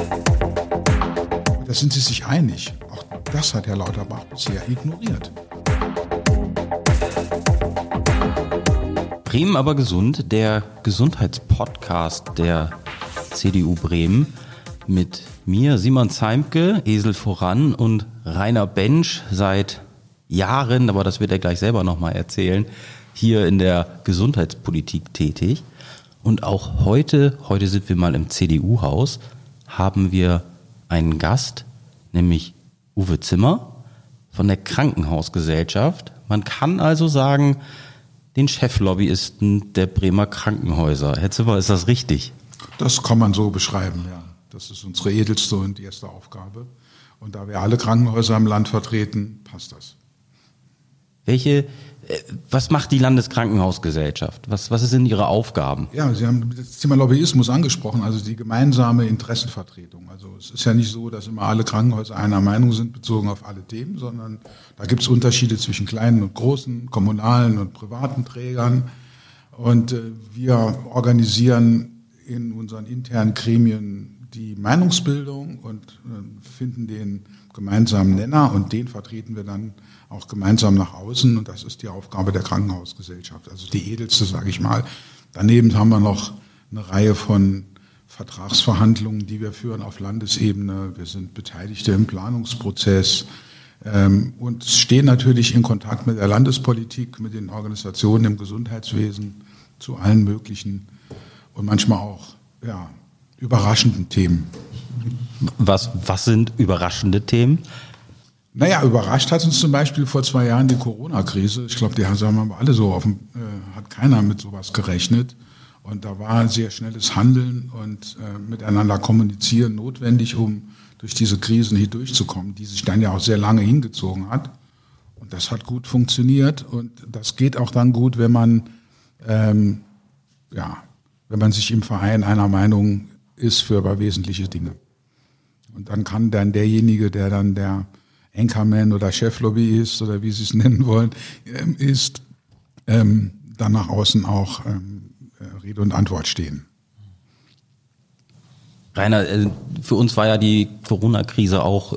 Da sind sie sich einig. Auch das hat Herr Lauterbach bisher ignoriert. Bremen aber gesund, der Gesundheitspodcast der CDU Bremen mit mir, Simon Zeimke, Esel voran und Rainer Bensch seit Jahren, aber das wird er gleich selber nochmal erzählen, hier in der Gesundheitspolitik tätig. Und auch heute sind wir mal im CDU-Haus, haben wir einen Gast, nämlich Uwe Zimmer von der Krankenhausgesellschaft. Man kann also sagen, den Cheflobbyisten der Bremer Krankenhäuser. Herr Zimmer, ist das richtig? Das kann man so beschreiben, ja. Das ist unsere edelste und erste Aufgabe. Und da wir alle Krankenhäuser im Land vertreten, passt das. Was macht die Landeskrankenhausgesellschaft? Was sind Ihre Aufgaben? Ja, Sie haben das Thema Lobbyismus angesprochen, also die gemeinsame Interessenvertretung. Also es ist ja nicht so, dass immer alle Krankenhäuser einer Meinung sind, bezogen auf alle Themen, sondern da gibt es Unterschiede zwischen kleinen und großen, kommunalen und privaten Trägern. Und wir organisieren in unseren internen Gremien die Meinungsbildung und finden den gemeinsamen Nenner und den vertreten wir dann auch gemeinsam nach außen, und das ist die Aufgabe der Krankenhausgesellschaft, also die edelste, sage ich mal. Daneben haben wir noch eine Reihe von Vertragsverhandlungen, die wir führen auf Landesebene. Wir sind Beteiligte im Planungsprozess und stehen natürlich in Kontakt mit der Landespolitik, mit den Organisationen im Gesundheitswesen zu allen möglichen und manchmal auch überraschenden Themen. Was sind überraschende Themen? Naja, überrascht hat uns zum Beispiel vor 2 Jahren die Corona-Krise. Ich glaube, die haben wir alle so hat keiner mit sowas gerechnet. Und da war sehr schnelles Handeln und miteinander kommunizieren notwendig, um durch diese Krisen hier durchzukommen, die sich dann ja auch sehr lange hingezogen hat. Und das hat gut funktioniert. Und das geht auch dann gut, wenn man sich im Verein einer Meinung ist für wesentliche Dinge. Und dann kann dann derjenige, der dann der Anchorman oder Cheflobbyist oder wie Sie es nennen wollen, ist, dann nach außen auch Rede und Antwort stehen. Rainer, für uns war ja die Corona-Krise auch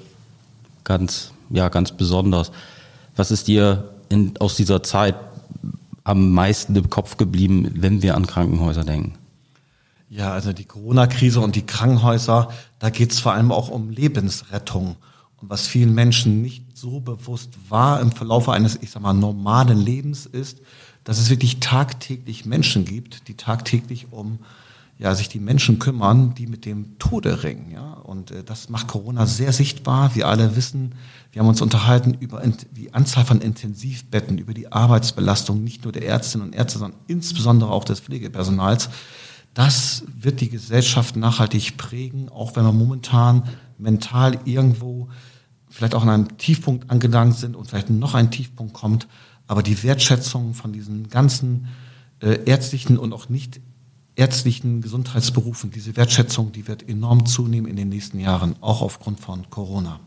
ganz besonders. Was ist dir aus dieser Zeit am meisten im Kopf geblieben, wenn wir an Krankenhäuser denken? Ja, also die Corona-Krise und die Krankenhäuser, da geht es vor allem auch um Lebensrettung. Und was vielen Menschen nicht so bewusst war im Verlauf eines, normalen Lebens ist, dass es wirklich tagtäglich Menschen gibt, die tagtäglich sich die Menschen kümmern, die mit dem Tode ringen. Ja? Und das macht Corona sehr sichtbar. Wir alle wissen, wir haben uns unterhalten über die Anzahl von Intensivbetten, über die Arbeitsbelastung, nicht nur der Ärztinnen und Ärzte, sondern insbesondere auch des Pflegepersonals. Das wird die Gesellschaft nachhaltig prägen, auch wenn wir momentan mental irgendwo vielleicht auch an einem Tiefpunkt angelangt sind und vielleicht noch ein Tiefpunkt kommt. Aber die Wertschätzung von diesen ganzen ärztlichen und auch nicht ärztlichen Gesundheitsberufen, diese Wertschätzung, die wird enorm zunehmen in den nächsten Jahren, auch aufgrund von Corona.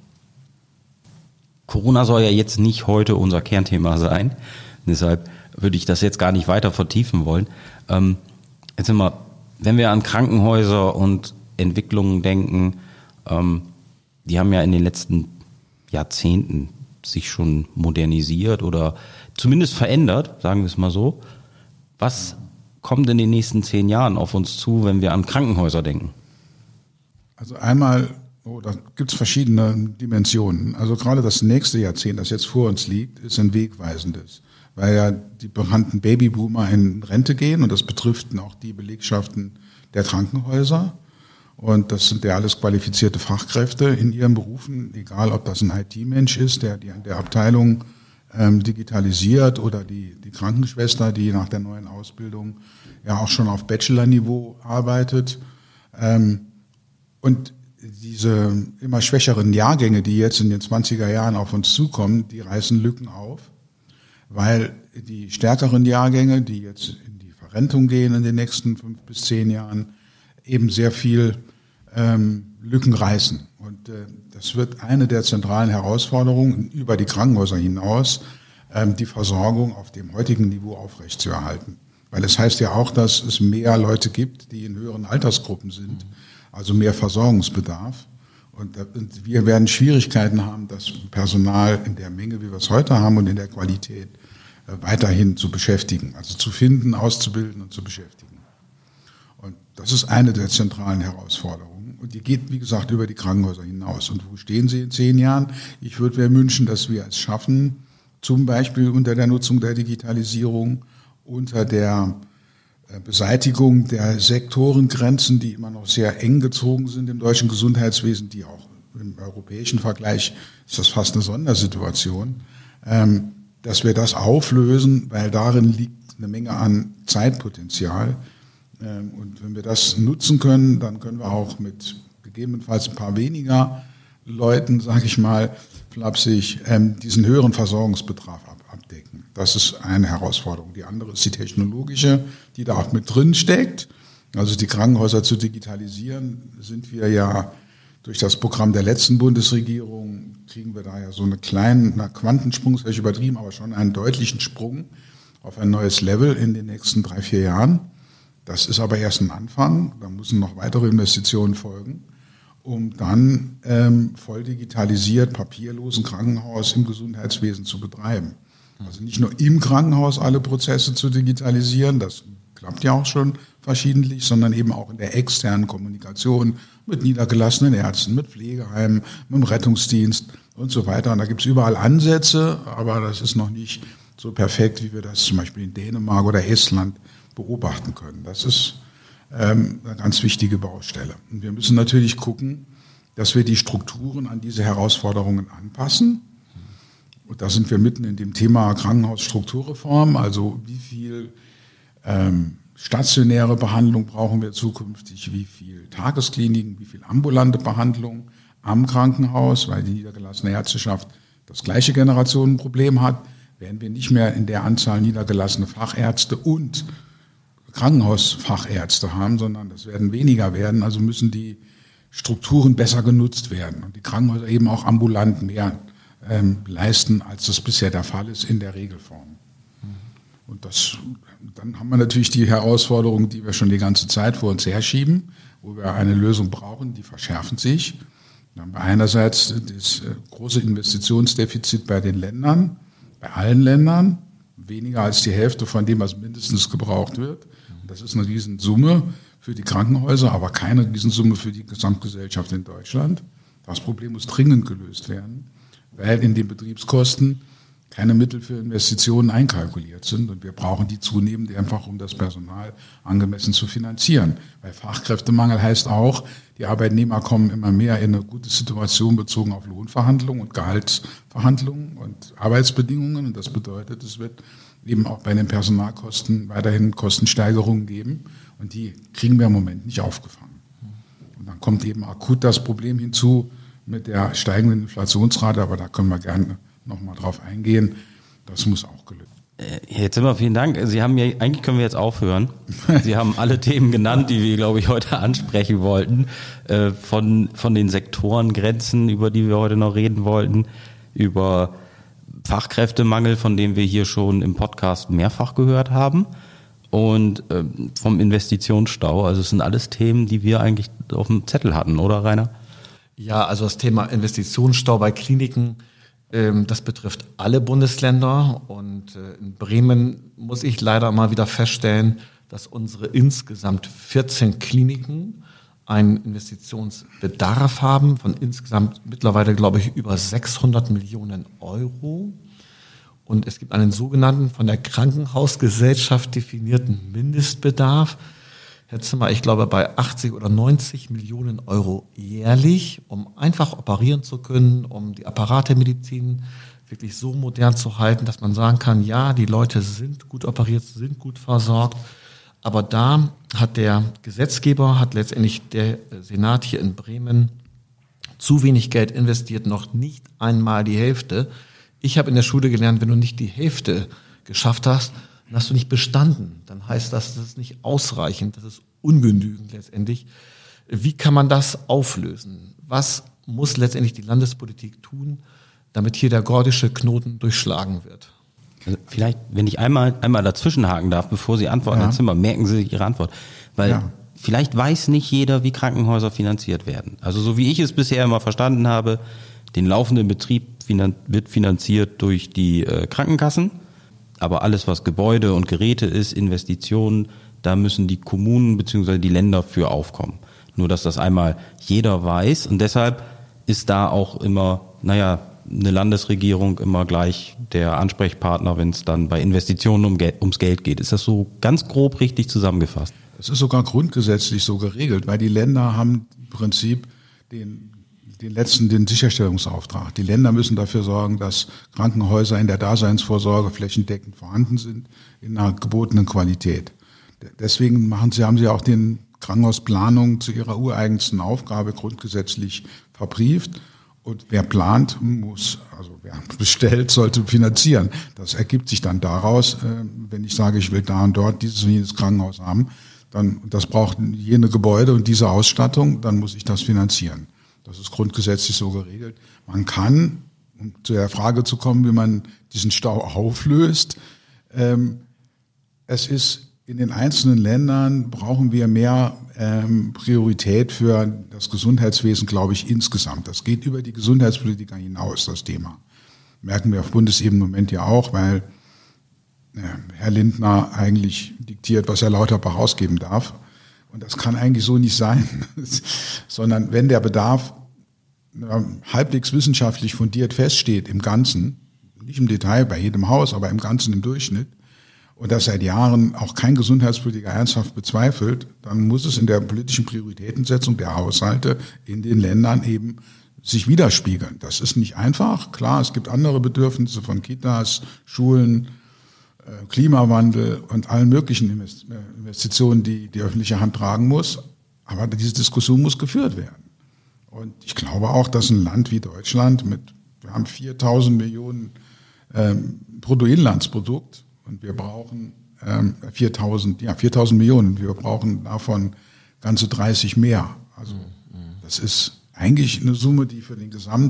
Corona soll ja jetzt nicht heute unser Kernthema sein. Deshalb würde ich das jetzt gar nicht weiter vertiefen wollen. Jetzt immer, wenn wir an Krankenhäuser und Entwicklungen denken, die haben ja in den letzten Jahrzehnten sich schon modernisiert oder zumindest verändert, sagen wir es mal so. Was kommt in den nächsten 10 Jahren auf uns zu, wenn wir an Krankenhäuser denken? Also einmal, da gibt es verschiedene Dimensionen. Also gerade das nächste Jahrzehnt, das jetzt vor uns liegt, ist ein wegweisendes, weil ja die bekannten Babyboomer in Rente gehen und das betrifft auch die Belegschaften der Krankenhäuser. Und das sind ja alles qualifizierte Fachkräfte in ihren Berufen, egal ob das ein IT-Mensch ist, der der Abteilung digitalisiert, oder die Krankenschwester, die nach der neuen Ausbildung ja auch schon auf Bachelor-Niveau arbeitet. Und diese immer schwächeren Jahrgänge, die jetzt in den 20er Jahren auf uns zukommen, die reißen Lücken auf, weil die stärkeren Jahrgänge, die jetzt in die Verrentung gehen in den nächsten 5 bis 10 Jahren, eben sehr viel Lücken reißen. Und das wird eine der zentralen Herausforderungen über die Krankenhäuser hinaus, die Versorgung auf dem heutigen Niveau aufrechtzuerhalten. Weil es heißt ja auch, dass es mehr Leute gibt, die in höheren Altersgruppen sind, also mehr Versorgungsbedarf. Und wir werden Schwierigkeiten haben, das Personal in der Menge, wie wir es heute haben und in der Qualität weiterhin zu beschäftigen, also zu finden, auszubilden und zu beschäftigen. Und das ist eine der zentralen Herausforderungen. Und die geht, wie gesagt, über die Krankenhäuser hinaus. Und wo stehen sie in 10 Jahren? Ich würde mir wünschen, dass wir es schaffen, zum Beispiel unter der Nutzung der Digitalisierung, unter der Beseitigung der Sektorengrenzen, die immer noch sehr eng gezogen sind im deutschen Gesundheitswesen, die auch im europäischen Vergleich ist das fast eine Sondersituation, dass wir das auflösen, weil darin liegt eine Menge an Zeitpotenzial. Und wenn wir das nutzen können, dann können wir auch mit gegebenenfalls ein paar weniger Leuten, sage ich mal, flapsig, diesen höheren Versorgungsbedarf abdecken. Das ist eine Herausforderung. Die andere ist die technologische, die da auch mit drin steckt. Also die Krankenhäuser zu digitalisieren, sind wir ja durch das Programm der letzten Bundesregierung, kriegen wir da ja so einen kleinen Quantensprung, ist vielleicht übertrieben, aber schon einen deutlichen Sprung auf ein neues Level in den nächsten 3-4 Jahren. Das ist aber erst ein Anfang, da müssen noch weitere Investitionen folgen, um dann voll digitalisiert, papierlosen Krankenhaus im Gesundheitswesen zu betreiben. Also nicht nur im Krankenhaus alle Prozesse zu digitalisieren, das klappt ja auch schon verschiedentlich, sondern eben auch in der externen Kommunikation mit niedergelassenen Ärzten, mit Pflegeheimen, mit dem Rettungsdienst und so weiter. Und da gibt es überall Ansätze, aber das ist noch nicht so perfekt, wie wir das zum Beispiel in Dänemark oder Estland beobachten können. Das ist eine ganz wichtige Baustelle. Und wir müssen natürlich gucken, dass wir die Strukturen an diese Herausforderungen anpassen. Und da sind wir mitten in dem Thema Krankenhausstrukturreform. Also wie viel stationäre Behandlung brauchen wir zukünftig, wie viel Tageskliniken, wie viel ambulante Behandlung am Krankenhaus, weil die niedergelassene Ärzteschaft das gleiche Generationenproblem hat, werden wir nicht mehr in der Anzahl niedergelassene Fachärzte und Krankenhausfachärzte haben, sondern das werden weniger werden. Also müssen die Strukturen besser genutzt werden und die Krankenhäuser eben auch ambulant mehr leisten, als das bisher der Fall ist in der Regelform. Und dann haben wir natürlich die Herausforderungen, die wir schon die ganze Zeit vor uns herschieben, wo wir eine Lösung brauchen, die verschärfen sich. Dann haben wir einerseits das große Investitionsdefizit bei den Ländern, bei allen Ländern, weniger als die Hälfte von dem, was mindestens gebraucht wird. Das ist eine Riesensumme für die Krankenhäuser, aber keine Riesensumme für die Gesamtgesellschaft in Deutschland. Das Problem muss dringend gelöst werden, weil in den Betriebskosten keine Mittel für Investitionen einkalkuliert sind. Und wir brauchen die zunehmend einfach, um das Personal angemessen zu finanzieren. Weil Fachkräftemangel heißt auch, die Arbeitnehmer kommen immer mehr in eine gute Situation bezogen auf Lohnverhandlungen und Gehaltsverhandlungen und Arbeitsbedingungen. Und das bedeutet, es wird eben auch bei den Personalkosten weiterhin Kostensteigerungen geben. Und die kriegen wir im Moment nicht aufgefangen. Und dann kommt eben akut das Problem hinzu mit der steigenden Inflationsrate. Aber da können wir gerne nochmal drauf eingehen. Das muss auch gelöst werden. Jetzt immer vielen Dank. Sie haben ja, eigentlich können wir jetzt aufhören. Sie haben alle Themen genannt, die wir, glaube ich, heute ansprechen wollten. Von den Sektorengrenzen, über die wir heute noch reden wollten, über Fachkräftemangel, von dem wir hier schon im Podcast mehrfach gehört haben, und vom Investitionsstau. Also es sind alles Themen, die wir eigentlich auf dem Zettel hatten, oder Rainer? Ja, also das Thema Investitionsstau bei Kliniken, das betrifft alle Bundesländer, und in Bremen muss ich leider mal wieder feststellen, dass unsere insgesamt 14 Kliniken einen Investitionsbedarf haben von insgesamt mittlerweile, glaube ich, über 600 Millionen Euro. Und es gibt einen sogenannten von der Krankenhausgesellschaft definierten Mindestbedarf. Herr Zimmer, ich glaube bei 80 oder 90 Millionen Euro jährlich, um einfach operieren zu können, um die Apparatemedizin wirklich so modern zu halten, dass man sagen kann, ja, die Leute sind gut operiert, sind gut versorgt. Aber da hat der Gesetzgeber, hat letztendlich der Senat hier in Bremen zu wenig Geld investiert, noch nicht einmal die Hälfte. Ich habe in der Schule gelernt, wenn du nicht die Hälfte geschafft hast, dann hast du nicht bestanden. Dann heißt das ist nicht ausreichend, das ist ungenügend letztendlich. Wie kann man das auflösen? Was muss letztendlich die Landespolitik tun, damit hier der gordische Knoten durchschlagen wird? Also vielleicht, wenn ich einmal dazwischenhaken darf, bevor Sie antworten, Herr Zimmer, merken Sie sich Ihre Antwort. Weil vielleicht weiß nicht jeder, wie Krankenhäuser finanziert werden. Also so wie ich es bisher immer verstanden habe, den laufenden Betrieb wird finanziert durch die Krankenkassen, aber alles, was Gebäude und Geräte ist, Investitionen, da müssen die Kommunen bzw. die Länder für aufkommen. Nur, dass das einmal jeder weiß und deshalb ist da auch immer, eine Landesregierung immer gleich der Ansprechpartner, wenn es dann bei Investitionen ums Geld geht. Ist das so ganz grob richtig zusammengefasst? Das ist sogar grundgesetzlich so geregelt, weil die Länder haben im Prinzip den Sicherstellungsauftrag. Die Länder müssen dafür sorgen, dass Krankenhäuser in der Daseinsvorsorge flächendeckend vorhanden sind, in einer gebotenen Qualität. Deswegen haben sie auch den Krankenhausplanung zu ihrer ureigensten Aufgabe grundgesetzlich verbrieft. Und wer plant, wer bestellt, sollte finanzieren. Das ergibt sich dann daraus, wenn ich sage, ich will da und dort dieses und jenes Krankenhaus haben, das braucht jene Gebäude und diese Ausstattung, dann muss ich das finanzieren. Das ist grundgesetzlich so geregelt. Man kann, um zu der Frage zu kommen, wie man diesen Stau auflöst, es ist in den einzelnen Ländern brauchen wir mehr Priorität für das Gesundheitswesen, glaube ich, insgesamt. Das geht über die Gesundheitspolitiker hinaus, das Thema. Merken wir auf Bundesebene im Moment ja auch, weil Herr Lindner eigentlich diktiert, was Herr Lauterbach ausgeben darf. Und das kann eigentlich so nicht sein, sondern wenn der Bedarf halbwegs wissenschaftlich fundiert feststeht im Ganzen, nicht im Detail bei jedem Haus, aber im Ganzen im Durchschnitt, und das seit Jahren auch kein Gesundheitspolitiker ernsthaft bezweifelt, dann muss es in der politischen Prioritätensetzung der Haushalte in den Ländern eben sich widerspiegeln. Das ist nicht einfach. Klar, es gibt andere Bedürfnisse von Kitas, Schulen, Klimawandel und allen möglichen Investitionen, die die öffentliche Hand tragen muss. Aber diese Diskussion muss geführt werden. Und ich glaube auch, dass ein Land wie Deutschland wir haben 4.000 Millionen Bruttoinlandsprodukt, und wir brauchen 4.000 Millionen. Wir brauchen davon ganze 30 mehr. Also das ist eigentlich eine Summe, die für die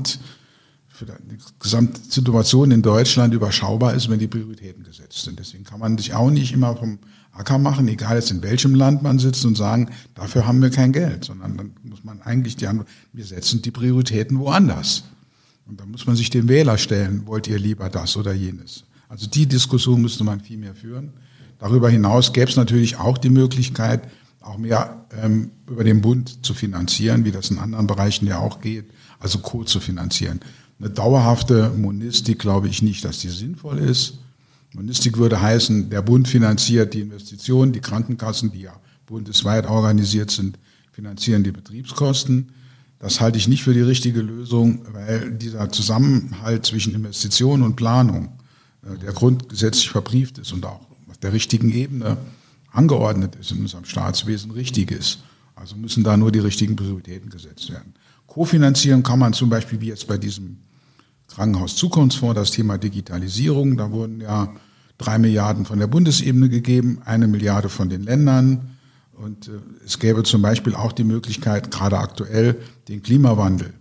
Gesamtsituation in Deutschland überschaubar ist, wenn die Prioritäten gesetzt sind. Deswegen kann man sich auch nicht immer vom Acker machen, egal jetzt in welchem Land man sitzt und sagen, dafür haben wir kein Geld, sondern dann muss man eigentlich wir setzen die Prioritäten woanders. Und dann muss man sich dem Wähler stellen, wollt ihr lieber das oder jenes? Also die Diskussion müsste man viel mehr führen. Darüber hinaus gäbe es natürlich auch die Möglichkeit, auch mehr über den Bund zu finanzieren, wie das in anderen Bereichen ja auch geht, also co-zu-finanzieren. Eine dauerhafte Monistik glaube ich nicht, dass die sinnvoll ist. Monistik würde heißen, der Bund finanziert die Investitionen, die Krankenkassen, die ja bundesweit organisiert sind, finanzieren die Betriebskosten. Das halte ich nicht für die richtige Lösung, weil dieser Zusammenhalt zwischen Investition und Planung, der grundgesetzlich verbrieft ist und auch auf der richtigen Ebene angeordnet ist in unserem Staatswesen, richtig ist. Also müssen da nur die richtigen Prioritäten gesetzt werden. Kofinanzieren kann man zum Beispiel wie jetzt bei diesem Krankenhaus-Zukunftsfonds, das Thema Digitalisierung. Da wurden ja 3 Milliarden von der Bundesebene gegeben, 1 Milliarde von den Ländern. Und es gäbe zum Beispiel auch die Möglichkeit, gerade aktuell den Klimawandel,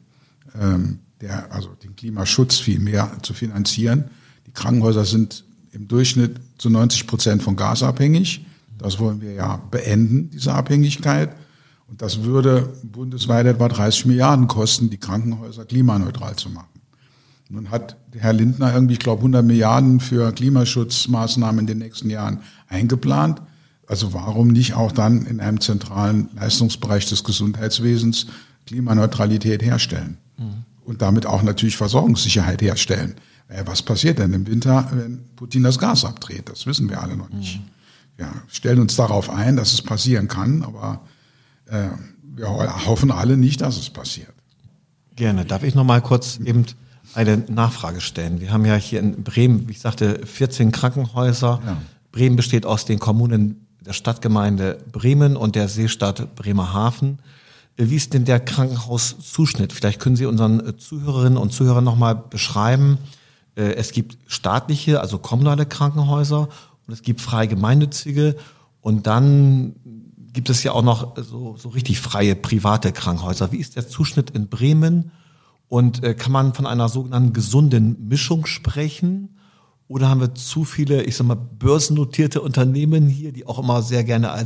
also den Klimaschutz viel mehr zu finanzieren. Die Krankenhäuser sind im Durchschnitt zu 90% von Gas abhängig. Das wollen wir ja beenden, diese Abhängigkeit. Und das würde bundesweit etwa 30 Milliarden kosten, die Krankenhäuser klimaneutral zu machen. Nun hat Herr Lindner irgendwie, ich glaube, 100 Milliarden für Klimaschutzmaßnahmen in den nächsten Jahren eingeplant. Also warum nicht auch dann in einem zentralen Leistungsbereich des Gesundheitswesens Klimaneutralität herstellen? Und damit auch natürlich Versorgungssicherheit herstellen. Was passiert denn im Winter, wenn Putin das Gas abdreht? Das wissen wir alle noch nicht. Wir stellen uns darauf ein, dass es passieren kann, aber wir hoffen alle nicht, dass es passiert. Gerne. Darf ich noch mal kurz eben eine Nachfrage stellen? Wir haben ja hier in Bremen, wie ich sagte, 14 Krankenhäuser. Ja. Bremen besteht aus den Kommunen der Stadtgemeinde Bremen und der Seestadt Bremerhaven. Wie ist denn der Krankenhauszuschnitt? Vielleicht können Sie unseren Zuhörerinnen und Zuhörern noch mal beschreiben. Es gibt staatliche, also kommunale Krankenhäuser und es gibt freie gemeinnützige und dann gibt es ja auch noch so richtig freie private Krankenhäuser. Wie ist der Zuschnitt in Bremen und kann man von einer sogenannten gesunden Mischung sprechen? Oder haben wir zu viele, ich sag mal, börsennotierte Unternehmen hier, die auch immer sehr gerne als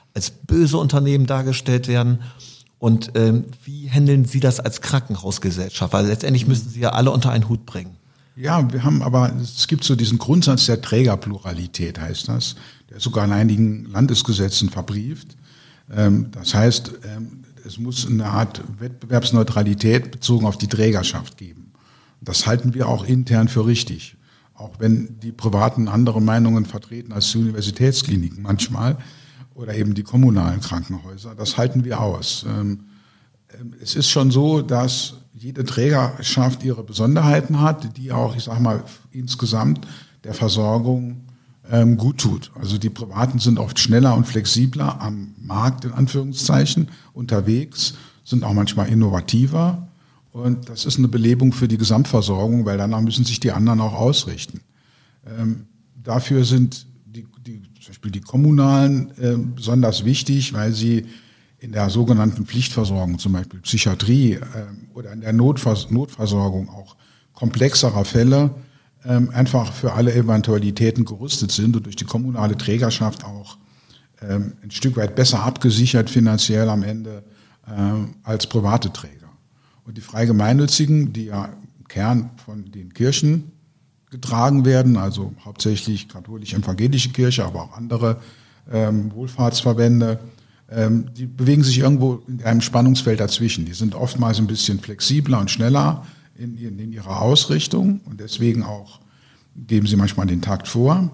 als böse Unternehmen dargestellt werden. Und wie handeln Sie das als Krankenhausgesellschaft? Weil letztendlich müssen Sie ja alle unter einen Hut bringen. Ja, es gibt so diesen Grundsatz der Trägerpluralität, heißt das. Der ist sogar in einigen Landesgesetzen verbrieft. Das heißt, es muss eine Art Wettbewerbsneutralität bezogen auf die Trägerschaft geben. Das halten wir auch intern für richtig. Auch wenn die Privaten andere Meinungen vertreten als die Universitätskliniken manchmal oder eben die kommunalen Krankenhäuser. Das halten wir aus. Es ist schon so, dass jede Trägerschaft ihre Besonderheiten hat, die auch, ich sage mal, insgesamt der Versorgung gut tut. Also die Privaten sind oft schneller und flexibler am Markt, in Anführungszeichen, unterwegs, sind auch manchmal innovativer. Und das ist eine Belebung für die Gesamtversorgung, weil danach müssen sich die anderen auch ausrichten. Dafür sind zum Beispiel die kommunalen besonders wichtig, weil sie in der sogenannten Pflichtversorgung, zum Beispiel Psychiatrie oder in der Notversorgung auch komplexerer Fälle, einfach für alle Eventualitäten gerüstet sind und durch die kommunale Trägerschaft auch ein Stück weit besser abgesichert finanziell am Ende als private Träger. Und die frei gemeinnützigen, die ja im Kern von den Kirchen getragen werden, also hauptsächlich katholisch-evangelische Kirche, aber auch andere Wohlfahrtsverbände, die bewegen sich irgendwo in einem Spannungsfeld dazwischen. Die sind oftmals ein bisschen flexibler und schneller in ihrer Ausrichtung und deswegen auch geben sie manchmal den Takt vor.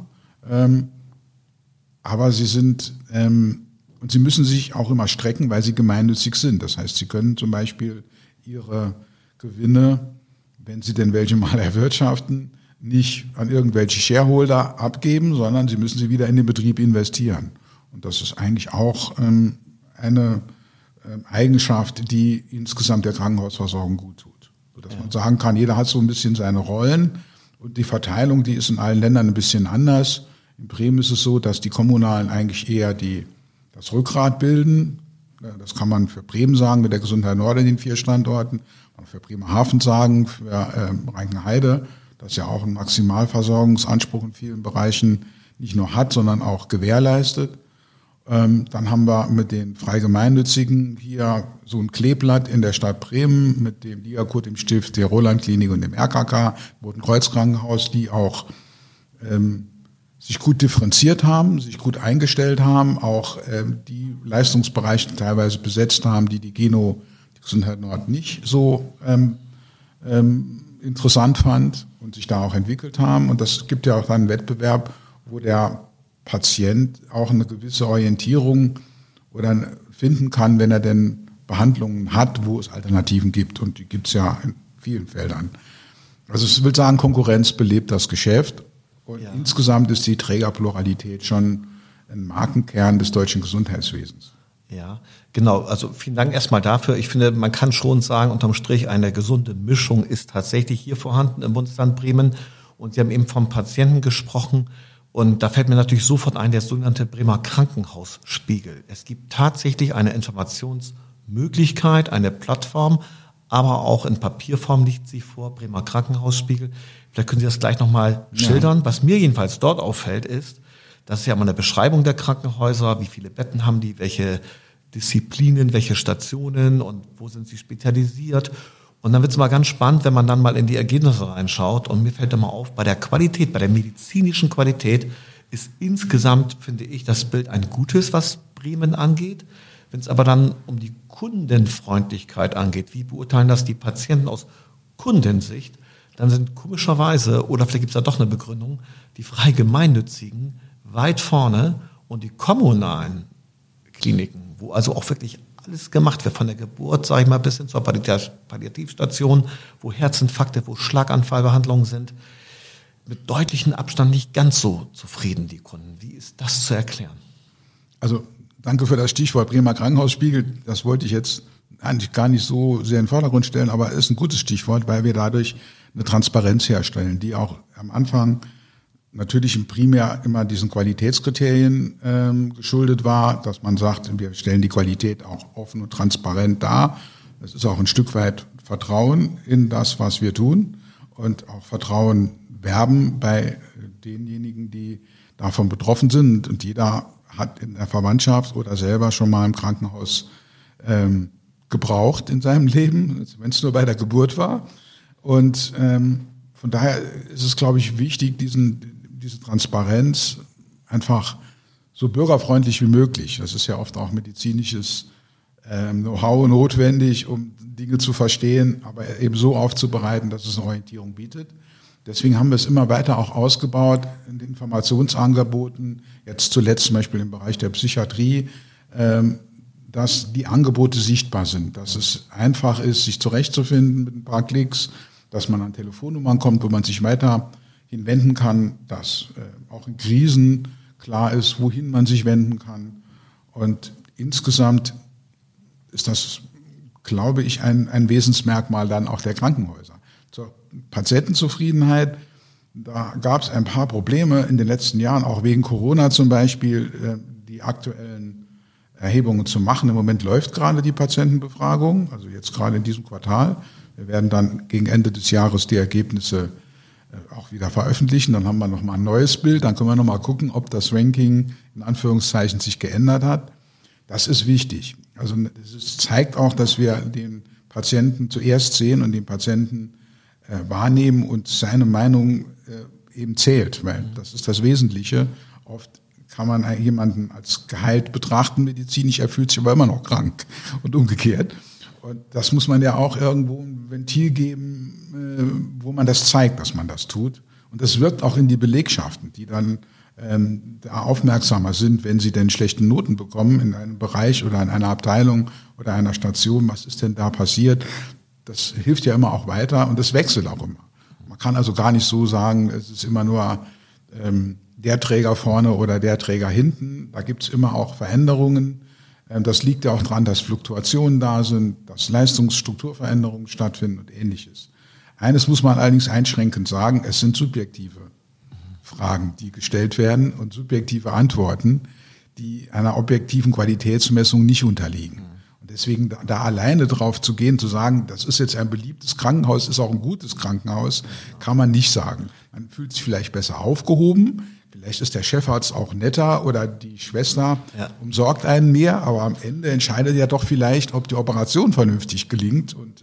Aber sie sind, und sie müssen sich auch immer strecken, weil sie gemeinnützig sind. Das heißt, sie können zum Beispiel ihre Gewinne, wenn sie denn welche mal erwirtschaften, nicht an irgendwelche Shareholder abgeben, sondern sie müssen sie wieder in den Betrieb investieren. Und das ist eigentlich auch eine Eigenschaft, die insgesamt der Krankenhausversorgung gut tut. Sodass man sagen kann, jeder hat so ein bisschen seine Rollen und die Verteilung, die ist in allen Ländern ein bisschen anders. In Bremen ist es so, dass die Kommunalen eigentlich eher das Rückgrat bilden. Das kann man für Bremen sagen, mit der Gesundheit Nord in den 4 Standorten. Man kann für Bremerhaven sagen, für Reinkenheide, das ja auch einen Maximalversorgungsanspruch in vielen Bereichen nicht nur hat, sondern auch gewährleistet. Dann haben wir mit den frei gemeinnützigen hier so ein Kleeblatt in der Stadt Bremen mit dem Diakut, dem Stift, der Roland-Klinik und dem RKK, Roten-Kreuz-Krankenhaus, die auch sich gut differenziert haben, sich gut eingestellt haben, auch die Leistungsbereiche teilweise besetzt haben, die Gesundheit Nord nicht so interessant fand und sich da auch entwickelt haben. Und das gibt ja auch dann einen Wettbewerb, wo der Patient auch eine gewisse Orientierung oder finden kann, wenn er denn Behandlungen hat, wo es Alternativen gibt. Und die gibt es ja in vielen Feldern. Also ich will sagen, Konkurrenz belebt das Geschäft. Und insgesamt ist die Trägerpluralität schon ein Markenkern des deutschen Gesundheitswesens. Ja, genau. Also vielen Dank erstmal dafür. Ich finde, man kann schon sagen, unterm Strich eine gesunde Mischung ist tatsächlich hier vorhanden im Bundesland Bremen. Und Sie haben eben vom Patienten gesprochen. Und da fällt mir natürlich sofort ein, der sogenannte Bremer Krankenhausspiegel. Es gibt tatsächlich eine Informationsmöglichkeit, eine Plattform, aber auch in Papierform liegt sie vor, Bremer Krankenhausspiegel. Vielleicht können Sie das gleich nochmal schildern. Was mir jedenfalls dort auffällt, ist, das ist ja mal eine Beschreibung der Krankenhäuser, wie viele Betten haben die, welche Disziplinen, welche Stationen und wo sind sie spezialisiert. Und dann wird es mal ganz spannend, wenn man dann mal in die Ergebnisse reinschaut. Und mir fällt immer auf, bei der Qualität, bei der medizinischen Qualität ist insgesamt, finde ich, das Bild ein gutes, was Bremen angeht. Wenn es aber dann um die Kundenfreundlichkeit angeht, wie beurteilen das die Patienten aus Kundensicht, dann sind komischerweise, oder vielleicht gibt es da doch eine Begründung, die frei gemeinnützigen weit vorne und die kommunalen Kliniken, wo also auch wirklich alles gemacht wird, von der Geburt, sage ich mal, bis hin zur Palliativstation, wo Herzinfarkte, wo Schlaganfallbehandlungen sind, mit deutlichem Abstand nicht ganz so zufrieden, die Kunden. Wie ist das zu erklären? Also danke für das Stichwort Bremer Krankenhausspiegel. Das wollte ich jetzt eigentlich gar nicht so sehr in den Vordergrund stellen, aber es ist ein gutes Stichwort, weil wir dadurch eine Transparenz herstellen, die auch am Anfang natürlich primär immer diesen Qualitätskriterien geschuldet war, dass man sagt, wir stellen die Qualität auch offen und transparent dar. Es ist auch ein Stück weit Vertrauen in das, was wir tun und auch Vertrauen werben bei denjenigen, die davon betroffen sind. Und jeder hat in der Verwandtschaft oder selber schon mal im Krankenhaus gebraucht in seinem Leben, wenn es nur bei der Geburt war. Und von daher ist es, glaube ich, wichtig, diese Transparenz einfach so bürgerfreundlich wie möglich. Das ist ja oft auch medizinisches Know-how notwendig, um Dinge zu verstehen, aber eben so aufzubereiten, dass es eine Orientierung bietet. Deswegen haben wir es immer weiter auch ausgebaut in den Informationsangeboten, jetzt zuletzt zum Beispiel im Bereich der Psychiatrie, dass die Angebote sichtbar sind, dass es einfach ist, sich zurechtzufinden mit ein paar Klicks, dass man an Telefonnummern kommt, wo man sich weiter hinwenden kann, dass auch in Krisen klar ist, wohin man sich wenden kann. Und insgesamt ist das, glaube ich, ein Wesensmerkmal dann auch der Krankenhäuser. Zur Patientenzufriedenheit, da gab es ein paar Probleme in den letzten Jahren, auch wegen Corona zum Beispiel, die aktuellen Erhebungen zu machen. Im Moment läuft gerade die Patientenbefragung, also jetzt gerade in diesem Quartal. Wir werden dann gegen Ende des Jahres die Ergebnisse auch wieder veröffentlichen. Dann haben wir nochmal ein neues Bild. Dann können wir nochmal gucken, ob das Ranking in Anführungszeichen sich geändert hat. Das ist wichtig. Also es zeigt auch, dass wir den Patienten zuerst sehen und den Patienten wahrnehmen und seine Meinung eben zählt, weil das ist das Wesentliche. Oft kann man jemanden als geheilt betrachten medizinisch, er fühlt sich aber immer noch krank und umgekehrt. Und das muss man ja auch irgendwo ein Ventil geben, wo man das zeigt, dass man das tut. Und das wirkt auch in die Belegschaften, die dann da aufmerksamer sind, wenn sie denn schlechte Noten bekommen in einem Bereich oder in einer Abteilung oder einer Station. Was ist denn da passiert? Das hilft ja immer auch weiter und das wechselt auch immer. Man kann also gar nicht so sagen, es ist immer nur der Träger vorne oder der Träger hinten. Da gibt's immer auch Veränderungen. Das liegt ja auch daran, dass Fluktuationen da sind, dass Leistungsstrukturveränderungen stattfinden und Ähnliches. Eines muss man allerdings einschränkend sagen, es sind subjektive Fragen, die gestellt werden und subjektive Antworten, die einer objektiven Qualitätsmessung nicht unterliegen. Und deswegen da alleine drauf zu gehen, zu sagen, das ist jetzt ein beliebtes Krankenhaus, ist auch ein gutes Krankenhaus, kann man nicht sagen. Man fühlt sich vielleicht besser aufgehoben, vielleicht ist der Chefarzt auch netter oder die Schwester umsorgt einen mehr, aber am Ende entscheidet ja doch vielleicht, ob die Operation vernünftig gelingt und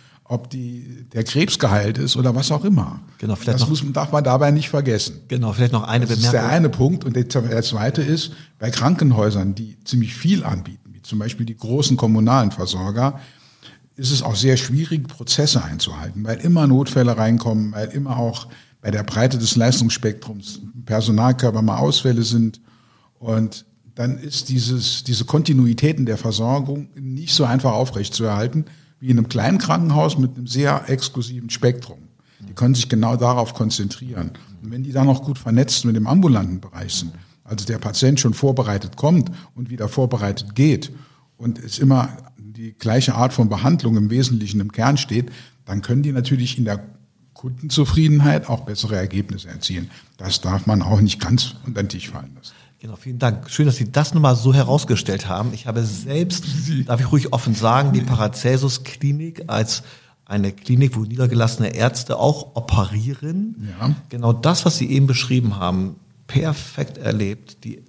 ob der Krebs geheilt ist oder was auch immer. Genau, vielleicht darf man dabei nicht vergessen. Genau, vielleicht noch eine Bemerkung. Das ist der eine Punkt. Und der zweite ist, bei Krankenhäusern, die ziemlich viel anbieten, wie zum Beispiel die großen kommunalen Versorger, ist es auch sehr schwierig, Prozesse einzuhalten, weil immer Notfälle reinkommen, weil immer auch bei der Breite des Leistungsspektrums Personalkörper mal Ausfälle sind. Und dann ist diese Kontinuität in der Versorgung nicht so einfach aufrechtzuerhalten, wie in einem kleinen Krankenhaus mit einem sehr exklusiven Spektrum. Die können sich genau darauf konzentrieren. Und wenn die dann noch gut vernetzt mit dem ambulanten Bereich sind, also der Patient schon vorbereitet kommt und wieder vorbereitet geht und es immer die gleiche Art von Behandlung im Wesentlichen im Kern steht, dann können die natürlich in der Kundenzufriedenheit auch bessere Ergebnisse erzielen. Das darf man auch nicht ganz unter den Tisch fallen lassen. Genau, vielen Dank. Schön, dass Sie das nochmal so herausgestellt haben. Ich habe selbst, darf ich ruhig offen sagen, die Paracelsus-Klinik als eine Klinik, wo niedergelassene Ärzte auch operieren. Ja. Genau das, was Sie eben beschrieben haben, perfekt erlebt. Die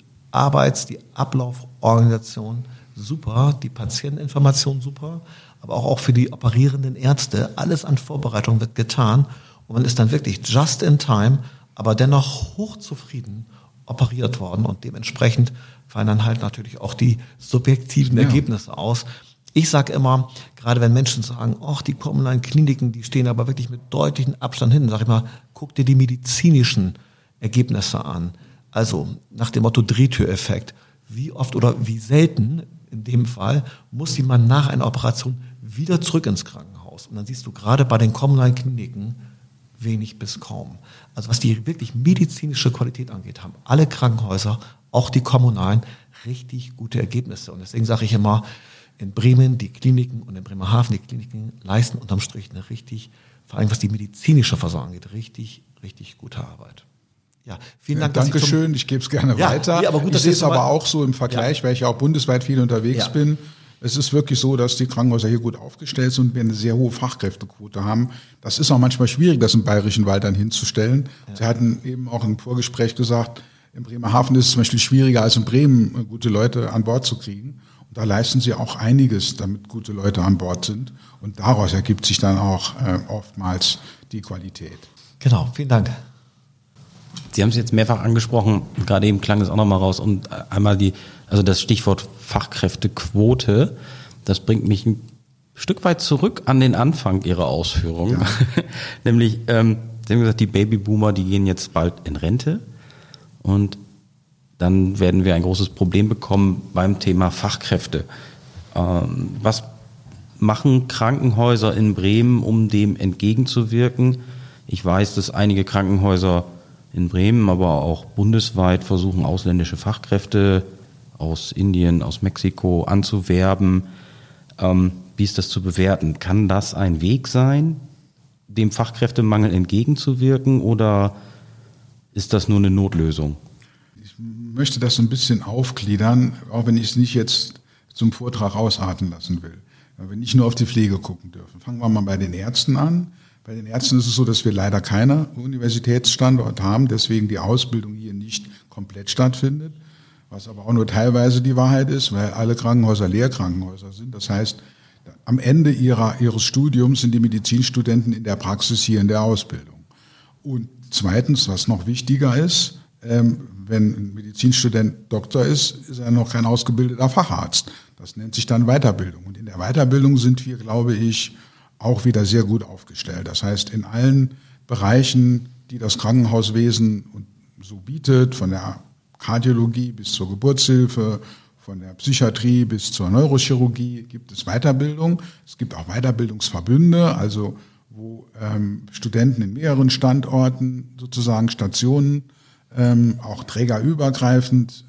die Ablauforganisation super, die Patienteninformation super, aber auch für die operierenden Ärzte. Alles an Vorbereitung wird getan und man ist dann wirklich just in time, aber dennoch hochzufrieden operiert worden und dementsprechend fallen dann halt natürlich auch die subjektiven Ergebnisse aus. Ich sage immer, gerade wenn Menschen sagen, ach, die kommunalen Kliniken, die stehen aber wirklich mit deutlichem Abstand hin, sage ich mal, guck dir die medizinischen Ergebnisse an. Also nach dem Motto Drehtüreffekt, wie oft oder wie selten in dem Fall muss jemand nach einer Operation wieder zurück ins Krankenhaus. Und dann siehst du gerade bei den kommunalen Kliniken wenig bis kaum. Also was die wirklich medizinische Qualität angeht, haben alle Krankenhäuser, auch die kommunalen, richtig gute Ergebnisse. Und deswegen sage ich immer, in Bremen die Kliniken und in Bremerhaven die Kliniken leisten unterm Strich eine richtig, vor allem was die medizinische Versorgung angeht, richtig, richtig gute Arbeit. Ja, vielen Dank. Dankeschön, ich gebe es gerne weiter. Ja, aber gut, ich sehe es aber auch so im Vergleich, weil ich ja auch bundesweit viel unterwegs bin. Es ist wirklich so, dass die Krankenhäuser hier gut aufgestellt sind und wir eine sehr hohe Fachkräftequote haben. Das ist auch manchmal schwierig, das im Bayerischen Wald dann hinzustellen. Sie hatten eben auch im Vorgespräch gesagt, in Bremerhaven ist es zum Beispiel schwieriger als in Bremen, gute Leute an Bord zu kriegen. Und da leisten sie auch einiges, damit gute Leute an Bord sind. Und daraus ergibt sich dann auch oftmals die Qualität. Genau, vielen Dank. Sie haben es jetzt mehrfach angesprochen, gerade eben klang es auch nochmal raus, und einmal das Stichwort Fachkräftequote, das bringt mich ein Stück weit zurück an den Anfang Ihrer Ausführungen. Ja. Nämlich, Sie haben gesagt, die Babyboomer, die gehen jetzt bald in Rente und dann werden wir ein großes Problem bekommen beim Thema Fachkräfte. Was machen Krankenhäuser in Bremen, um dem entgegenzuwirken? Ich weiß, dass einige Krankenhäuser in Bremen, aber auch bundesweit versuchen, ausländische Fachkräfte aus Indien, aus Mexiko anzuwerben. Wie ist das zu bewerten? Kann das ein Weg sein, dem Fachkräftemangel entgegenzuwirken, oder ist das nur eine Notlösung? Ich möchte das so ein bisschen aufgliedern, auch wenn ich es nicht jetzt zum Vortrag ausarten lassen will. Weil wir nicht nur auf die Pflege gucken dürfen. Fangen wir mal bei den Ärzten an. Bei den Ärzten ist es so, dass wir leider keinen Universitätsstandort haben, deswegen die Ausbildung hier nicht komplett stattfindet, was aber auch nur teilweise die Wahrheit ist, weil alle Krankenhäuser Lehrkrankenhäuser sind. Das heißt, am Ende ihres Studiums sind die Medizinstudenten in der Praxis hier in der Ausbildung. Und zweitens, was noch wichtiger ist, wenn ein Medizinstudent Doktor ist, ist er noch kein ausgebildeter Facharzt. Das nennt sich dann Weiterbildung. Und in der Weiterbildung sind wir, glaube ich, auch wieder sehr gut aufgestellt. Das heißt, in allen Bereichen, die das Krankenhauswesen so bietet, von der Kardiologie bis zur Geburtshilfe, von der Psychiatrie bis zur Neurochirurgie, gibt es Weiterbildung. Es gibt auch Weiterbildungsverbünde, also wo Studenten in mehreren Standorten sozusagen Stationen auch trägerübergreifend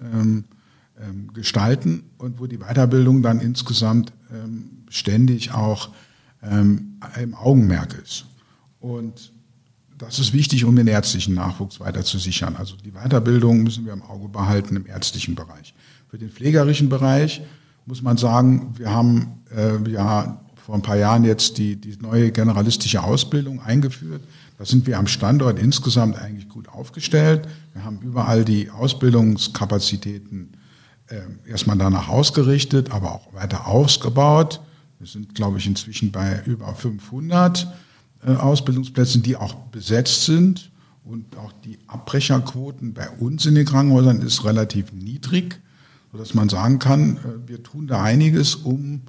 gestalten und wo die Weiterbildung dann insgesamt ständig auch im Augenmerk ist. Und das ist wichtig, um den ärztlichen Nachwuchs weiter zu sichern. Also die Weiterbildung müssen wir im Auge behalten im ärztlichen Bereich. Für den pflegerischen Bereich muss man sagen, wir haben vor ein paar Jahren jetzt die neue generalistische Ausbildung eingeführt. Da sind wir am Standort insgesamt eigentlich gut aufgestellt. Wir haben überall die Ausbildungskapazitäten erstmal danach ausgerichtet, aber auch weiter ausgebaut. Wir sind, glaube ich, inzwischen bei über 500 Ausbildungsplätzen, die auch besetzt sind. Und auch die Abbrecherquoten bei uns in den Krankenhäusern ist relativ niedrig, sodass man sagen kann, wir tun da einiges, um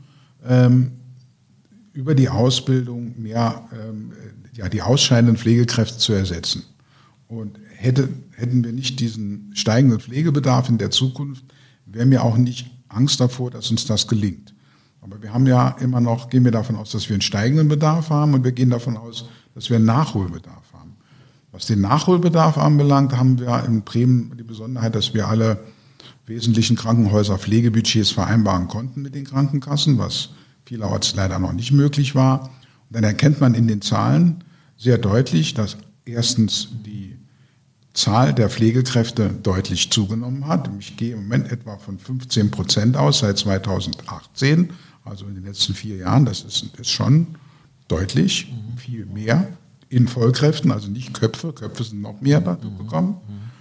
über die Ausbildung mehr die ausscheidenden Pflegekräfte zu ersetzen. Und hätten wir nicht diesen steigenden Pflegebedarf in der Zukunft, wäre mir auch nicht Angst davor, dass uns das gelingt. Aber wir haben ja gehen wir davon aus, dass wir einen steigenden Bedarf haben, und wir gehen davon aus, dass wir einen Nachholbedarf haben. Was den Nachholbedarf anbelangt, haben wir in Bremen die Besonderheit, dass wir alle wesentlichen Krankenhäuser Pflegebudgets vereinbaren konnten mit den Krankenkassen, was vielerorts leider noch nicht möglich war. Und dann erkennt man in den Zahlen sehr deutlich, dass erstens die Zahl der Pflegekräfte deutlich zugenommen hat. Ich gehe im Moment etwa von 15% aus seit 2018. Also in den letzten 4 Jahren, das ist schon deutlich viel mehr in Vollkräften, also nicht Köpfe. Köpfe sind noch mehr dazu bekommen.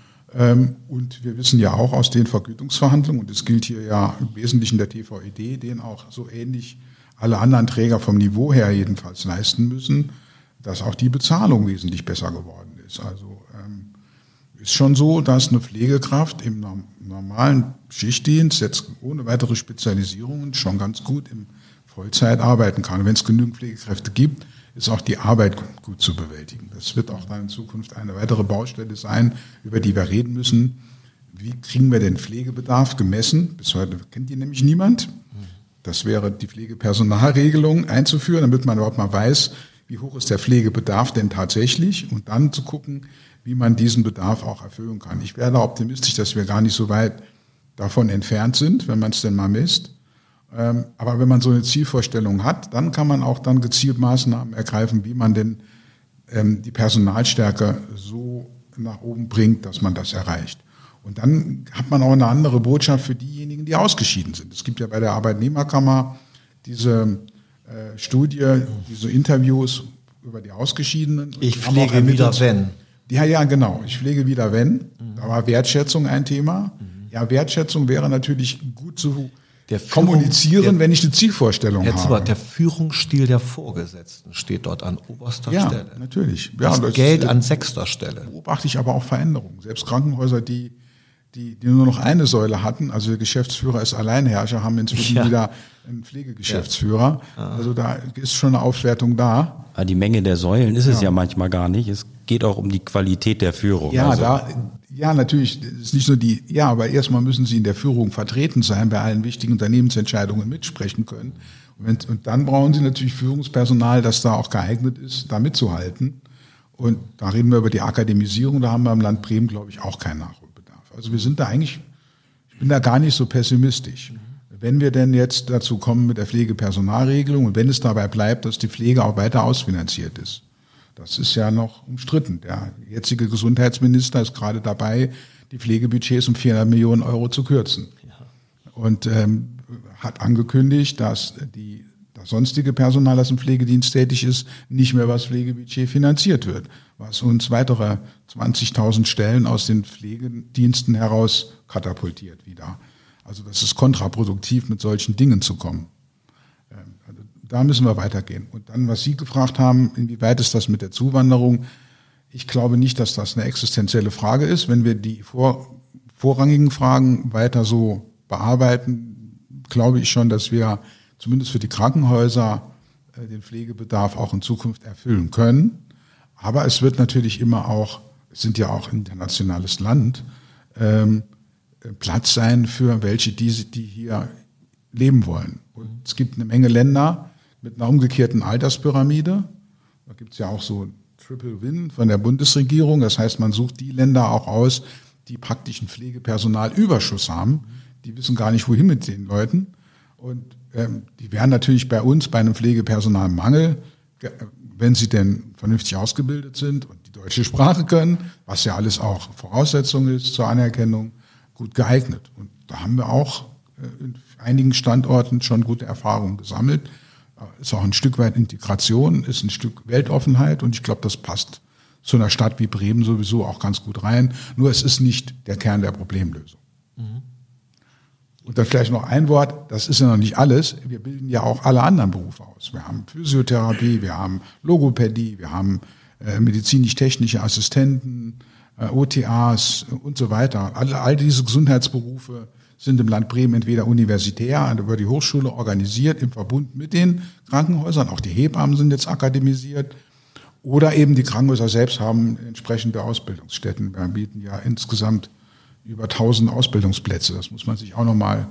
Und wir wissen ja auch aus den Vergütungsverhandlungen, und es gilt hier ja im Wesentlichen der TVED, den auch so ähnlich alle anderen Träger vom Niveau her jedenfalls leisten müssen, dass auch die Bezahlung wesentlich besser geworden ist. Also ist schon so, dass eine Pflegekraft im normalen Schichtdienst jetzt ohne weitere Spezialisierungen schon ganz gut in Vollzeit arbeiten kann. Und wenn es genügend Pflegekräfte gibt, ist auch die Arbeit gut zu bewältigen. Das wird auch dann in Zukunft eine weitere Baustelle sein, über die wir reden müssen. Wie kriegen wir den Pflegebedarf gemessen? Bis heute kennt die nämlich niemand. Das wäre die Pflegepersonalregelung einzuführen, damit man überhaupt mal weiß, wie hoch ist der Pflegebedarf denn tatsächlich, und dann zu gucken, wie man diesen Bedarf auch erfüllen kann. Ich wäre da optimistisch, dass wir gar nicht so weit davon entfernt sind, wenn man es denn mal misst. Aber wenn man so eine Zielvorstellung hat, dann kann man auch dann gezielt Maßnahmen ergreifen, wie man denn die Personalstärke so nach oben bringt, dass man das erreicht. Und dann hat man auch eine andere Botschaft für diejenigen, die ausgeschieden sind. Es gibt ja bei der Arbeitnehmerkammer diese Studie, diese Interviews über die Ausgeschiedenen. Ich pflege wieder wenn. Ja, genau. Ich pflege wieder, wenn. Da war Wertschätzung ein Thema. Ja, Wertschätzung wäre natürlich gut zu kommunizieren, wenn ich eine Zielvorstellung habe. Aber der Führungsstil der Vorgesetzten steht dort an oberster Stelle. Ja, natürlich. Das Geld an 6. Stelle. Beobachte ich aber auch Veränderungen. Selbst Krankenhäuser, die nur noch eine Säule hatten, also der Geschäftsführer ist Alleinherrscher, haben inzwischen wieder einen Pflegegeschäftsführer. Ja. Also da ist schon eine Aufwertung da. Aber die Menge der Säulen ist es ja manchmal gar nicht. Es geht auch um die Qualität der Führung. Ja, natürlich ist nicht nur aber erstmal müssen sie in der Führung vertreten sein, bei allen wichtigen Unternehmensentscheidungen mitsprechen können. Und dann brauchen sie natürlich Führungspersonal, das da auch geeignet ist, da mitzuhalten. Und da reden wir über die Akademisierung, da haben wir im Land Bremen, glaube ich, auch keinen Nachholbedarf. Also wir sind da ich bin da gar nicht so pessimistisch. Wenn wir denn jetzt dazu kommen mit der Pflegepersonalregelung und wenn es dabei bleibt, dass die Pflege auch weiter ausfinanziert ist, das ist ja noch umstritten. Der jetzige Gesundheitsminister ist gerade dabei, die Pflegebudgets um 400 Millionen Euro zu kürzen. Und hat angekündigt, dass das sonstige Personal, das im Pflegedienst tätig ist, nicht mehr über das Pflegebudget finanziert wird, was uns weitere 20.000 Stellen aus den Pflegediensten heraus katapultiert wieder. Also das ist kontraproduktiv, mit solchen Dingen zu kommen. Also da müssen wir weitergehen. Und dann, was Sie gefragt haben, inwieweit ist das mit der Zuwanderung? Ich glaube nicht, dass das eine existenzielle Frage ist. Wenn wir die vorrangigen Fragen weiter so bearbeiten, glaube ich schon, dass wir zumindest für die Krankenhäuser den Pflegebedarf auch in Zukunft erfüllen können. Aber es wird natürlich immer auch, es sind ja auch ein internationales Land, Platz sein für welche, die hier leben wollen. Und es gibt eine Menge Länder mit einer umgekehrten Alterspyramide. Da gibt es ja auch so Triple Win von der Bundesregierung. Das heißt, man sucht die Länder auch aus, die praktisch einen Pflegepersonalüberschuss haben. Die wissen gar nicht, wohin mit den Leuten. Und die wären natürlich bei uns bei einem Pflegepersonalmangel, wenn sie denn vernünftig ausgebildet sind und die deutsche Sprache können, was ja alles auch Voraussetzung ist zur Anerkennung, gut geeignet. Und da haben wir auch in einigen Standorten schon gute Erfahrungen gesammelt. Ist auch ein Stück weit Integration, ist ein Stück Weltoffenheit und ich glaube, das passt zu einer Stadt wie Bremen sowieso auch ganz gut rein. Nur es ist nicht der Kern der Problemlösung. Und dann vielleicht noch ein Wort, das ist ja noch nicht alles. Wir bilden ja auch alle anderen Berufe aus. Wir haben Physiotherapie, wir haben Logopädie, wir haben medizinisch-technische Assistenten, OTAs und so weiter. All diese Gesundheitsberufe sind im Land Bremen entweder universitär über die Hochschule organisiert im Verbund mit den Krankenhäusern. Auch die Hebammen sind jetzt akademisiert. Oder eben die Krankenhäuser selbst haben entsprechende Ausbildungsstätten. Wir bieten ja insgesamt über 1000 Ausbildungsplätze. Das muss man sich auch nochmal,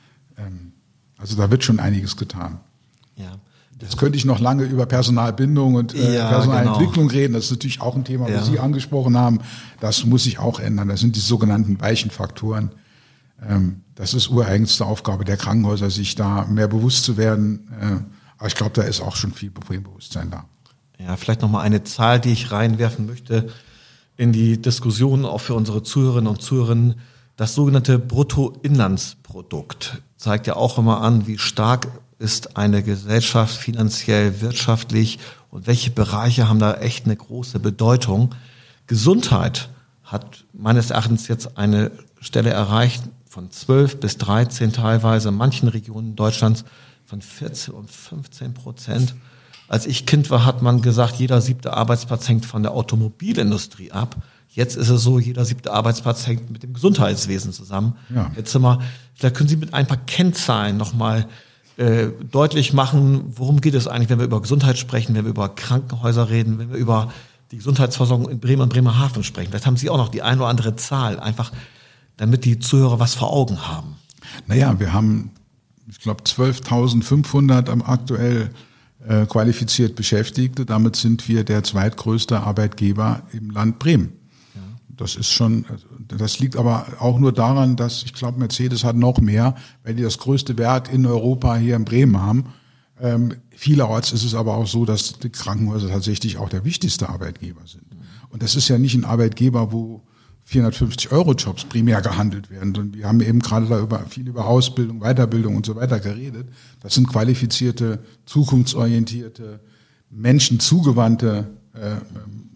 also da wird schon einiges getan. Ja. Jetzt könnte ich noch lange über Personalbindung und Personalentwicklung reden. Das ist natürlich auch ein Thema, was Sie angesprochen haben. Das muss sich auch ändern. Das sind die sogenannten weichen Faktoren. Das ist ureigenste Aufgabe der Krankenhäuser, sich da mehr bewusst zu werden. Aber ich glaube, da ist auch schon viel Problembewusstsein da. Ja, vielleicht nochmal eine Zahl, die ich reinwerfen möchte in die Diskussion auch für unsere Zuhörerinnen und Zuhörer. Das sogenannte Bruttoinlandsprodukt zeigt ja auch immer an, wie stark ist eine Gesellschaft finanziell, wirtschaftlich und welche Bereiche haben da echt eine große Bedeutung. Gesundheit hat meines Erachtens jetzt eine Stelle erreicht von 12 bis 13 teilweise, in manchen Regionen Deutschlands von 14 und 15%. Als ich Kind war, hat man gesagt, jeder 7. Arbeitsplatz hängt von der Automobilindustrie ab. Jetzt ist es so, jeder 7. Arbeitsplatz hängt mit dem Gesundheitswesen zusammen. Ja. Jetzt vielleicht können Sie mit ein paar Kennzahlen nochmal deutlich machen, worum geht es eigentlich, wenn wir über Gesundheit sprechen, wenn wir über Krankenhäuser reden, wenn wir über die Gesundheitsversorgung in Bremen und Bremerhaven sprechen. Vielleicht haben Sie auch noch die eine oder andere Zahl, einfach damit die Zuhörer was vor Augen haben. Naja, wir haben, ich glaube, 12.500 aktuell qualifiziert Beschäftigte. Damit sind wir der zweitgrößte Arbeitgeber im Land Bremen. Ja. Das ist schon, das liegt aber auch nur daran, dass, ich glaube, Mercedes hat noch mehr, weil die das größte Werk in Europa hier in Bremen haben. Vielerorts ist es aber auch so, dass die Krankenhäuser tatsächlich auch der wichtigste Arbeitgeber sind. Und das ist ja nicht ein Arbeitgeber, wo 450-Euro-Jobs primär gehandelt werden. Und wir haben eben gerade viel über Ausbildung, Weiterbildung und so weiter geredet. Das sind qualifizierte, zukunftsorientierte, menschenzugewandte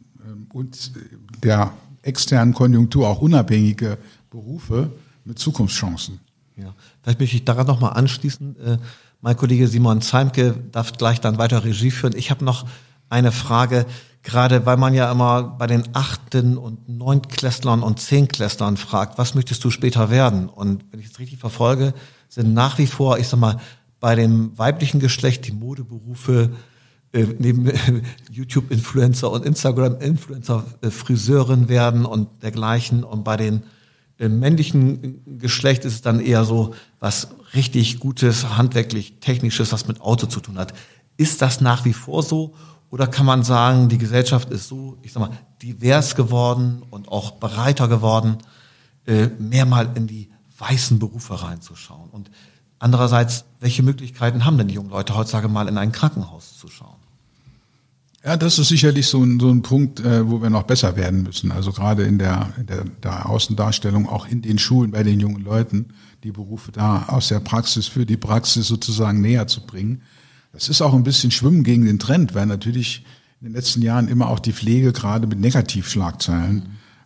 und der externen Konjunktur auch unabhängige Berufe mit Zukunftschancen. Ja, vielleicht möchte ich daran nochmal anschließen. Mein Kollege Simon Zeimke darf gleich dann weiter Regie führen. Ich habe noch eine Frage, gerade weil man ja immer bei den 8. und 9-Klässlern und 10-Klässlern fragt, was möchtest du später werden? Und wenn ich es richtig verfolge, sind nach wie vor, ich sag mal, bei dem weiblichen Geschlecht die Modeberufe neben YouTube-Influencer und Instagram-Influencer Friseurin werden und dergleichen. Und bei den männlichen Geschlecht ist es dann eher so was richtig Gutes, handwerklich, Technisches, was mit Auto zu tun hat. Ist das nach wie vor so? Oder kann man sagen, die Gesellschaft ist so, ich sag mal, divers geworden und auch bereiter geworden, mehr mal in die weißen Berufe reinzuschauen? Und andererseits, welche Möglichkeiten haben denn die jungen Leute heutzutage mal in ein Krankenhaus zu schauen? Ja, das ist sicherlich so ein Punkt, wo wir noch besser werden müssen. Also gerade in der Außendarstellung, auch in den Schulen bei den jungen Leuten, die Berufe da aus der Praxis für die Praxis sozusagen näher zu bringen. Das ist auch ein bisschen Schwimmen gegen den Trend, weil natürlich in den letzten Jahren immer auch die Pflege gerade mit Negativschlagzeilen,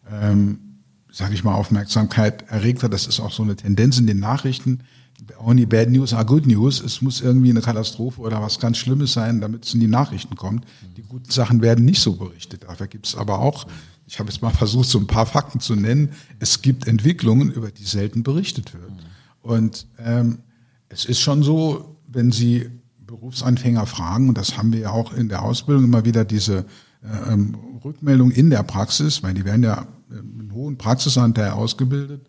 sage ich mal, Aufmerksamkeit erregt hat. Das ist auch so eine Tendenz in den Nachrichten. Only bad news are good news. Es muss irgendwie eine Katastrophe oder was ganz Schlimmes sein, damit es in die Nachrichten kommt. Die guten Sachen werden nicht so berichtet. Dafür gibt es aber auch, ich habe jetzt mal versucht, so ein paar Fakten zu nennen, es gibt Entwicklungen, über die selten berichtet wird. Und es ist schon so, wenn Sie Berufsanfänger fragen, und das haben wir ja auch in der Ausbildung immer wieder diese Rückmeldung in der Praxis, weil die werden ja mit einem hohen Praxisanteil ausgebildet,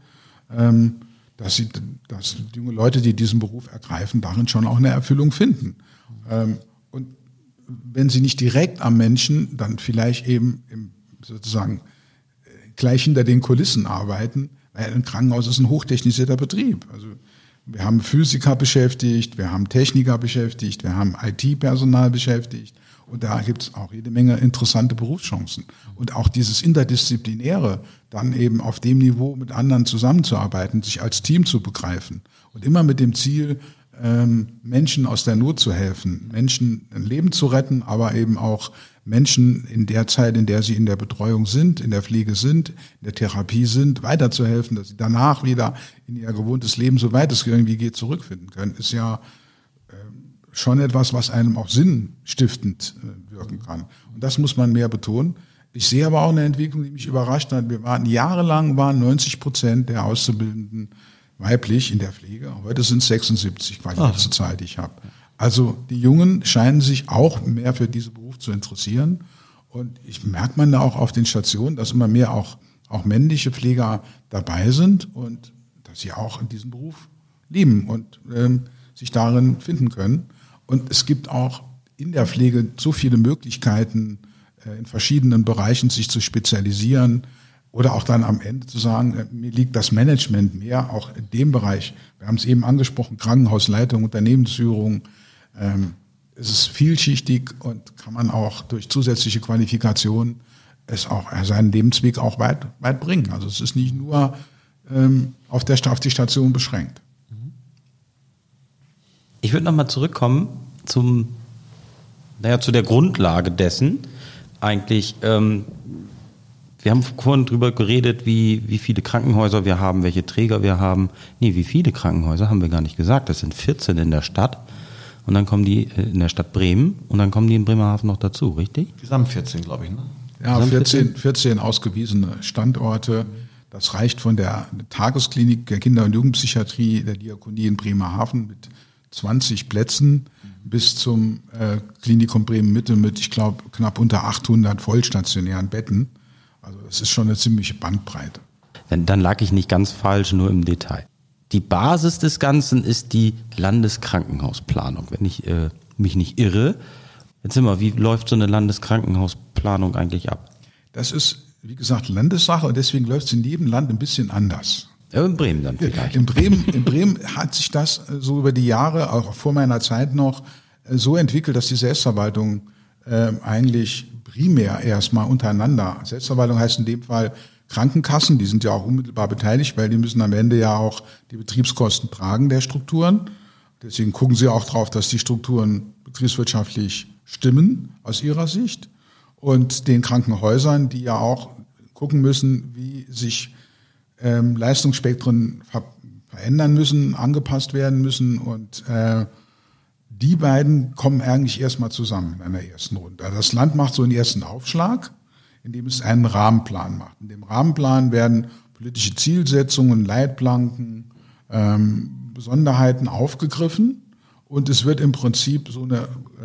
dass die junge Leute, die diesen Beruf ergreifen, darin schon auch eine Erfüllung finden. Und wenn sie nicht direkt am Menschen, dann vielleicht eben sozusagen gleich hinter den Kulissen arbeiten, weil ein Krankenhaus ist ein hochtechnisierter Betrieb. Also wir haben Physiker beschäftigt, wir haben Techniker beschäftigt, wir haben IT-Personal beschäftigt und da gibt es auch jede Menge interessante Berufschancen. Und auch dieses Interdisziplinäre, dann eben auf dem Niveau mit anderen zusammenzuarbeiten, sich als Team zu begreifen und immer mit dem Ziel, Menschen aus der Not zu helfen, Menschen ein Leben zu retten, aber eben auch Menschen in der Zeit, in der sie in der Betreuung sind, in der Pflege sind, in der Therapie sind, weiterzuhelfen, dass sie danach wieder in ihr gewohntes Leben, soweit es irgendwie geht, zurückfinden können, ist ja schon etwas, was einem auch sinnstiftend wirken kann. Und das muss man mehr betonen. Ich sehe aber auch eine Entwicklung, die mich überrascht hat. Jahrelang waren 90% der Auszubildenden weiblich in der Pflege. Heute sind es 76, war die letzte Zahl, die ich habe. Also die Jungen scheinen sich auch mehr für diesen Beruf zu interessieren. Und ich merkt man da auch auf den Stationen, dass immer mehr auch männliche Pfleger dabei sind und dass sie auch in diesem Beruf lieben und sich darin finden können. Und es gibt auch in der Pflege so viele Möglichkeiten, in verschiedenen Bereichen sich zu spezialisieren oder auch dann am Ende zu sagen, mir liegt das Management mehr, auch in dem Bereich. Wir haben es eben angesprochen, Krankenhausleitung, Unternehmensführung. Es ist vielschichtig und kann man auch durch zusätzliche Qualifikationen seinen Lebensweg auch weit bringen. Also es ist nicht nur auf die Station beschränkt. Ich würde nochmal zurückkommen zu der Grundlage dessen. Eigentlich, wir haben vorhin drüber geredet, wie viele Krankenhäuser wir haben, welche Träger wir haben. Nee, wie viele Krankenhäuser haben wir gar nicht gesagt. Das sind 14 in der Stadt. Und dann kommen die in der Stadt Bremen und dann kommen die in Bremerhaven noch dazu, richtig? Gesamt 14, glaube ich, ne? Ja, 14 ausgewiesene Standorte. Das reicht von der Tagesklinik der Kinder- und Jugendpsychiatrie der Diakonie in Bremerhaven mit 20 Plätzen bis zum Klinikum Bremen-Mitte mit, ich glaube, knapp unter 800 vollstationären Betten. Also das ist schon eine ziemliche Bandbreite. Dann lag ich nicht ganz falsch, nur im Detail. Die Basis des Ganzen ist die Landeskrankenhausplanung, wenn ich mich nicht irre. Jetzt sind wir, wie läuft so eine Landeskrankenhausplanung eigentlich ab? Das ist, wie gesagt, Landessache und deswegen läuft es in jedem Land ein bisschen anders. In Bremen dann vielleicht. In Bremen hat sich das so über die Jahre, auch vor meiner Zeit noch, so entwickelt, dass die Selbstverwaltung eigentlich primär erstmal untereinander, Selbstverwaltung heißt in dem Fall Krankenkassen, die sind ja auch unmittelbar beteiligt, weil die müssen am Ende ja auch die Betriebskosten tragen der Strukturen. Deswegen gucken sie auch drauf, dass die Strukturen betriebswirtschaftlich stimmen aus ihrer Sicht. und den Krankenhäusern, die ja auch gucken müssen, wie sich Leistungsspektren verändern müssen, angepasst werden müssen. Und die beiden kommen eigentlich erstmal zusammen in einer ersten Runde. Also das Land macht so einen ersten Aufschlag, indem es einen Rahmenplan macht. In dem Rahmenplan werden politische Zielsetzungen, Leitplanken, Besonderheiten aufgegriffen und es wird im Prinzip so eine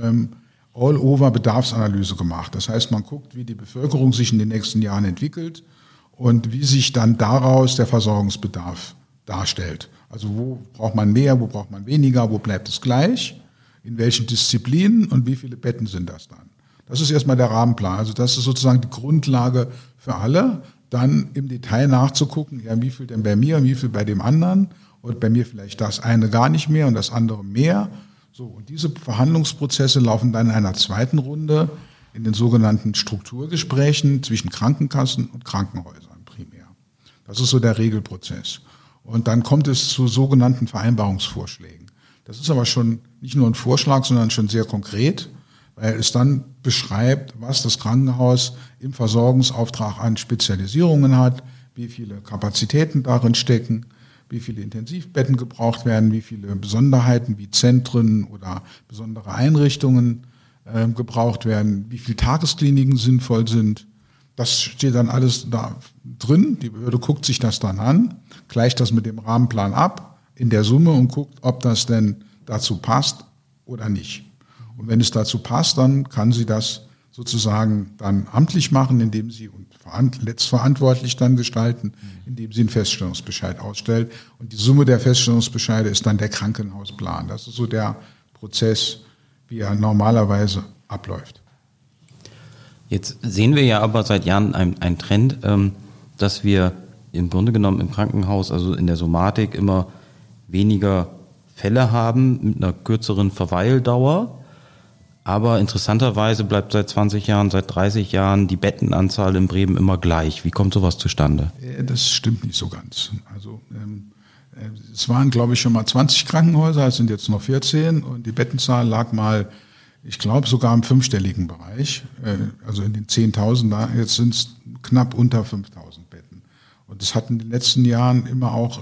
All-over-Bedarfsanalyse gemacht. Das heißt, man guckt, wie die Bevölkerung sich in den nächsten Jahren entwickelt und wie sich dann daraus der Versorgungsbedarf darstellt. Also wo braucht man mehr, wo braucht man weniger, wo bleibt es gleich, in welchen Disziplinen und wie viele Betten sind das dann. Das ist erstmal der Rahmenplan. Also das ist sozusagen die Grundlage für alle, dann im Detail nachzugucken, ja, wie viel denn bei mir, wie viel bei dem anderen und bei mir vielleicht das eine gar nicht mehr und das andere mehr. So, und diese Verhandlungsprozesse laufen dann in einer zweiten Runde in den sogenannten Strukturgesprächen zwischen Krankenkassen und Krankenhäusern primär. Das ist so der Regelprozess. Und dann kommt es zu sogenannten Vereinbarungsvorschlägen. Das ist aber schon nicht nur ein Vorschlag, sondern schon sehr konkret, weil es dann beschreibt, was das Krankenhaus im Versorgungsauftrag an Spezialisierungen hat, wie viele Kapazitäten darin stecken, wie viele Intensivbetten gebraucht werden, wie viele Besonderheiten wie Zentren oder besondere Einrichtungen gebraucht werden, wie viele Tageskliniken sinnvoll sind. Das steht dann alles da drin. Die Behörde guckt sich das dann an, gleicht das mit dem Rahmenplan ab in der Summe und guckt, ob das denn dazu passt oder nicht. Und wenn es dazu passt, dann kann sie das sozusagen dann amtlich machen, indem sie und letztverantwortlich dann gestalten, indem sie einen Feststellungsbescheid ausstellt. Und die Summe der Feststellungsbescheide ist dann der Krankenhausplan. Das ist so der Prozess, wie er normalerweise abläuft. Jetzt sehen wir ja aber seit Jahren einen Trend, dass wir im Grunde genommen im Krankenhaus, also in der Somatik, immer weniger Fälle haben mit einer kürzeren Verweildauer. Aber interessanterweise bleibt seit 20 Jahren, seit 30 Jahren die Bettenanzahl in Bremen immer gleich. Wie kommt sowas zustande? Das stimmt nicht so ganz. Also es waren, glaube ich, schon mal 20 Krankenhäuser, es sind jetzt noch 14 und die Bettenzahl lag mal, ich glaube, sogar im fünfstelligen Bereich, also in den 10.000. Jetzt sind es knapp unter 5.000 Betten. Und es hat in den letzten Jahren immer auch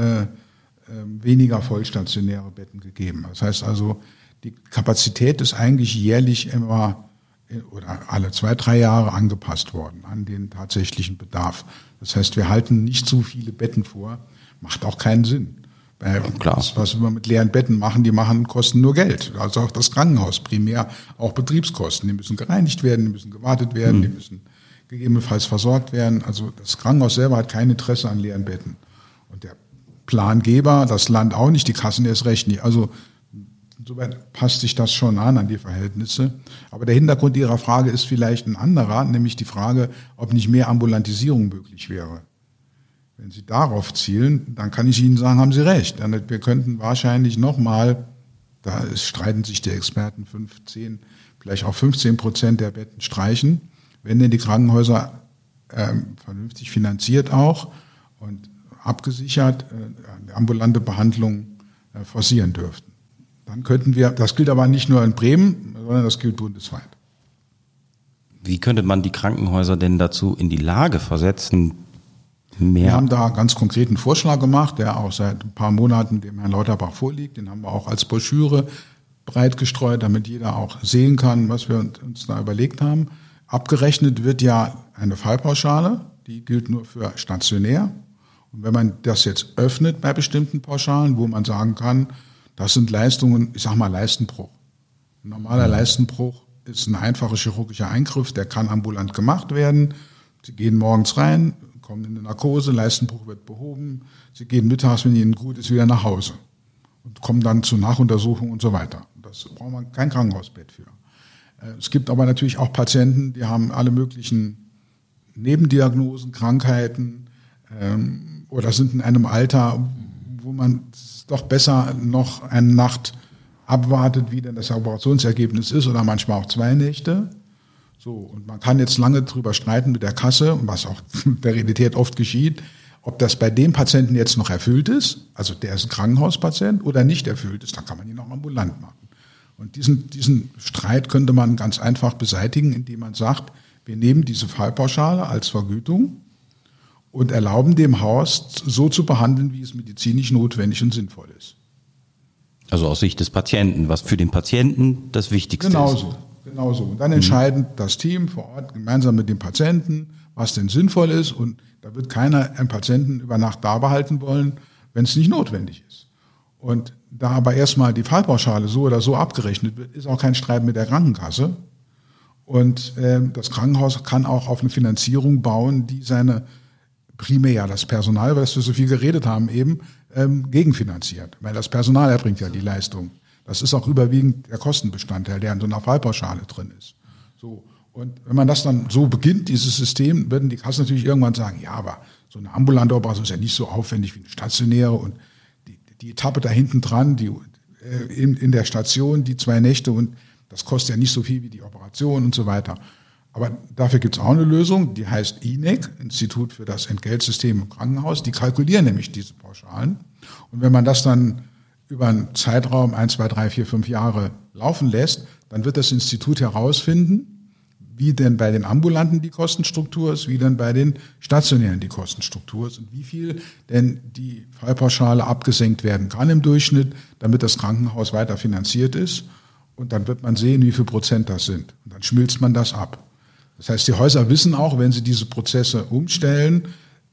weniger vollstationäre Betten gegeben. Das heißt also, die Kapazität ist eigentlich jährlich immer oder alle 2-3 Jahre angepasst worden an den tatsächlichen Bedarf. Das heißt, wir halten nicht so viele Betten vor, macht auch keinen Sinn. Klar. Das, was wir mit leeren Betten machen, kosten nur Geld. Also auch das Krankenhaus primär, auch Betriebskosten. Die müssen gereinigt werden, die müssen gewartet werden, die müssen gegebenenfalls versorgt werden. Also das Krankenhaus selber hat kein Interesse an leeren Betten. Und der Plangeber, das Land auch nicht, die Kassen erst recht nicht. Also insoweit passt sich das schon an die Verhältnisse. Aber der Hintergrund Ihrer Frage ist vielleicht ein anderer, nämlich die Frage, ob nicht mehr Ambulantisierung möglich wäre. Wenn Sie darauf zielen, dann kann ich Ihnen sagen, haben Sie recht. Wir könnten wahrscheinlich nochmal, da streiten sich die Experten, 15, vielleicht auch 15% der Betten streichen, wenn denn die Krankenhäuser vernünftig finanziert auch und abgesichert ambulante Behandlung forcieren dürften. Dann könnten wir, das gilt aber nicht nur in Bremen, sondern das gilt bundesweit. Wie könnte man die Krankenhäuser denn dazu in die Lage versetzen, mehr? Wir haben da ganz konkreten Vorschlag gemacht, der auch seit ein paar Monaten dem Herrn Lauterbach vorliegt. Den haben wir auch als Broschüre breit gestreut, damit jeder auch sehen kann, was wir uns da überlegt haben. Abgerechnet wird ja eine Fallpauschale, die gilt nur für stationär. Und wenn man das jetzt öffnet bei bestimmten Pauschalen, wo man sagen kann, das sind Leistungen, ich sag mal Leistenbruch. Ein normaler Leistenbruch ist ein einfacher chirurgischer Eingriff, der kann ambulant gemacht werden. Sie gehen morgens rein, kommen in eine Narkose, Leistenbruch wird behoben. Sie gehen mittags, wenn Ihnen gut ist, wieder nach Hause und kommen dann zur Nachuntersuchung und so weiter. Das braucht man kein Krankenhausbett für. Es gibt aber natürlich auch Patienten, die haben alle möglichen Nebendiagnosen, Krankheiten oder sind in einem Alter, wo man doch besser noch eine Nacht abwartet, wie denn das Operationsergebnis ist oder manchmal auch 2 Nächte. So, und man kann jetzt lange drüber streiten mit der Kasse, was auch in der Realität oft geschieht, ob das bei dem Patienten jetzt noch erfüllt ist, also der ist ein Krankenhauspatient oder nicht erfüllt ist, dann kann man ihn noch ambulant machen. Und diesen Streit könnte man ganz einfach beseitigen, indem man sagt, wir nehmen diese Fallpauschale als Vergütung und erlauben dem Haus so zu behandeln, wie es medizinisch notwendig und sinnvoll ist. Also aus Sicht des Patienten, was für den Patienten das Wichtigste ist. Genauso. Und dann entscheiden das Team vor Ort gemeinsam mit dem Patienten, was denn sinnvoll ist. Und da wird keiner einen Patienten über Nacht da behalten wollen, wenn es nicht notwendig ist. Und da aber erstmal die Fallpauschale so oder so abgerechnet wird, ist auch kein Streit mit der Krankenkasse. Und das Krankenhaus kann auch auf eine Finanzierung bauen, die seine primär das Personal, was wir so viel geredet haben, eben gegenfinanziert. Weil das Personal erbringt ja die Leistung. Das ist auch überwiegend der Kostenbestandteil, der in so einer Fallpauschale drin ist. So. Und wenn man das dann so beginnt, dieses System, würden die Kassen natürlich irgendwann sagen, ja, aber so eine ambulante Operation ist ja nicht so aufwendig wie eine stationäre und die Etappe da hinten dran, in der Station, die 2 Nächte und das kostet ja nicht so viel wie die Operation und so weiter. Aber dafür gibt es auch eine Lösung, die heißt InEK, Institut für das Entgeltsystem im Krankenhaus. Die kalkulieren nämlich diese Pauschalen. Und wenn man das dann über einen Zeitraum 1, 2, 3, 4, 5 Jahre laufen lässt, dann wird das Institut herausfinden, wie denn bei den Ambulanten die Kostenstruktur ist, wie denn bei den Stationären die Kostenstruktur ist und wie viel denn die Fallpauschale abgesenkt werden kann im Durchschnitt, damit das Krankenhaus weiter finanziert ist. Und dann wird man sehen, wie viel Prozent das sind. Und dann schmilzt man das ab. Das heißt, die Häuser wissen auch, wenn sie diese Prozesse umstellen,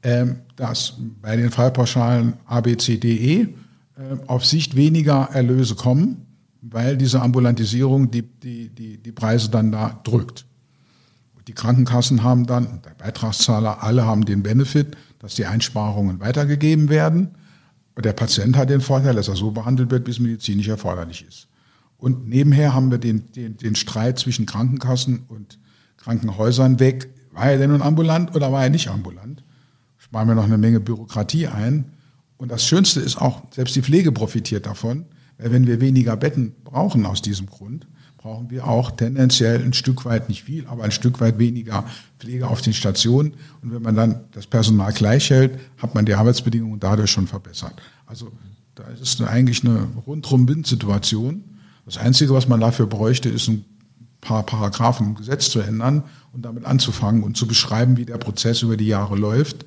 dass bei den Fallpauschalen A, B, C, D, E auf Sicht weniger Erlöse kommen, weil diese Ambulantisierung die Preise dann da drückt. Die Krankenkassen haben dann, der Beitragszahler, alle haben den Benefit, dass die Einsparungen weitergegeben werden. Und der Patient hat den Vorteil, dass er so behandelt wird, wie es medizinisch erforderlich ist. Und nebenher haben wir den Streit zwischen Krankenkassen und Krankenhäusern weg. War er denn nun ambulant oder war er nicht ambulant? Sparen wir noch eine Menge Bürokratie ein. Und das Schönste ist auch, selbst die Pflege profitiert davon, weil wenn wir weniger Betten brauchen aus diesem Grund, brauchen wir auch tendenziell ein Stück weit, nicht viel, aber ein Stück weit weniger Pflege auf den Stationen. Und wenn man dann das Personal gleich hält, hat man die Arbeitsbedingungen dadurch schon verbessert. Also da ist eigentlich eine Rundrum-Wind-Situation. Das Einzige, was man dafür bräuchte, ist ein paar Paragraphen im Gesetz zu ändern und damit anzufangen und zu beschreiben, wie der Prozess über die Jahre läuft.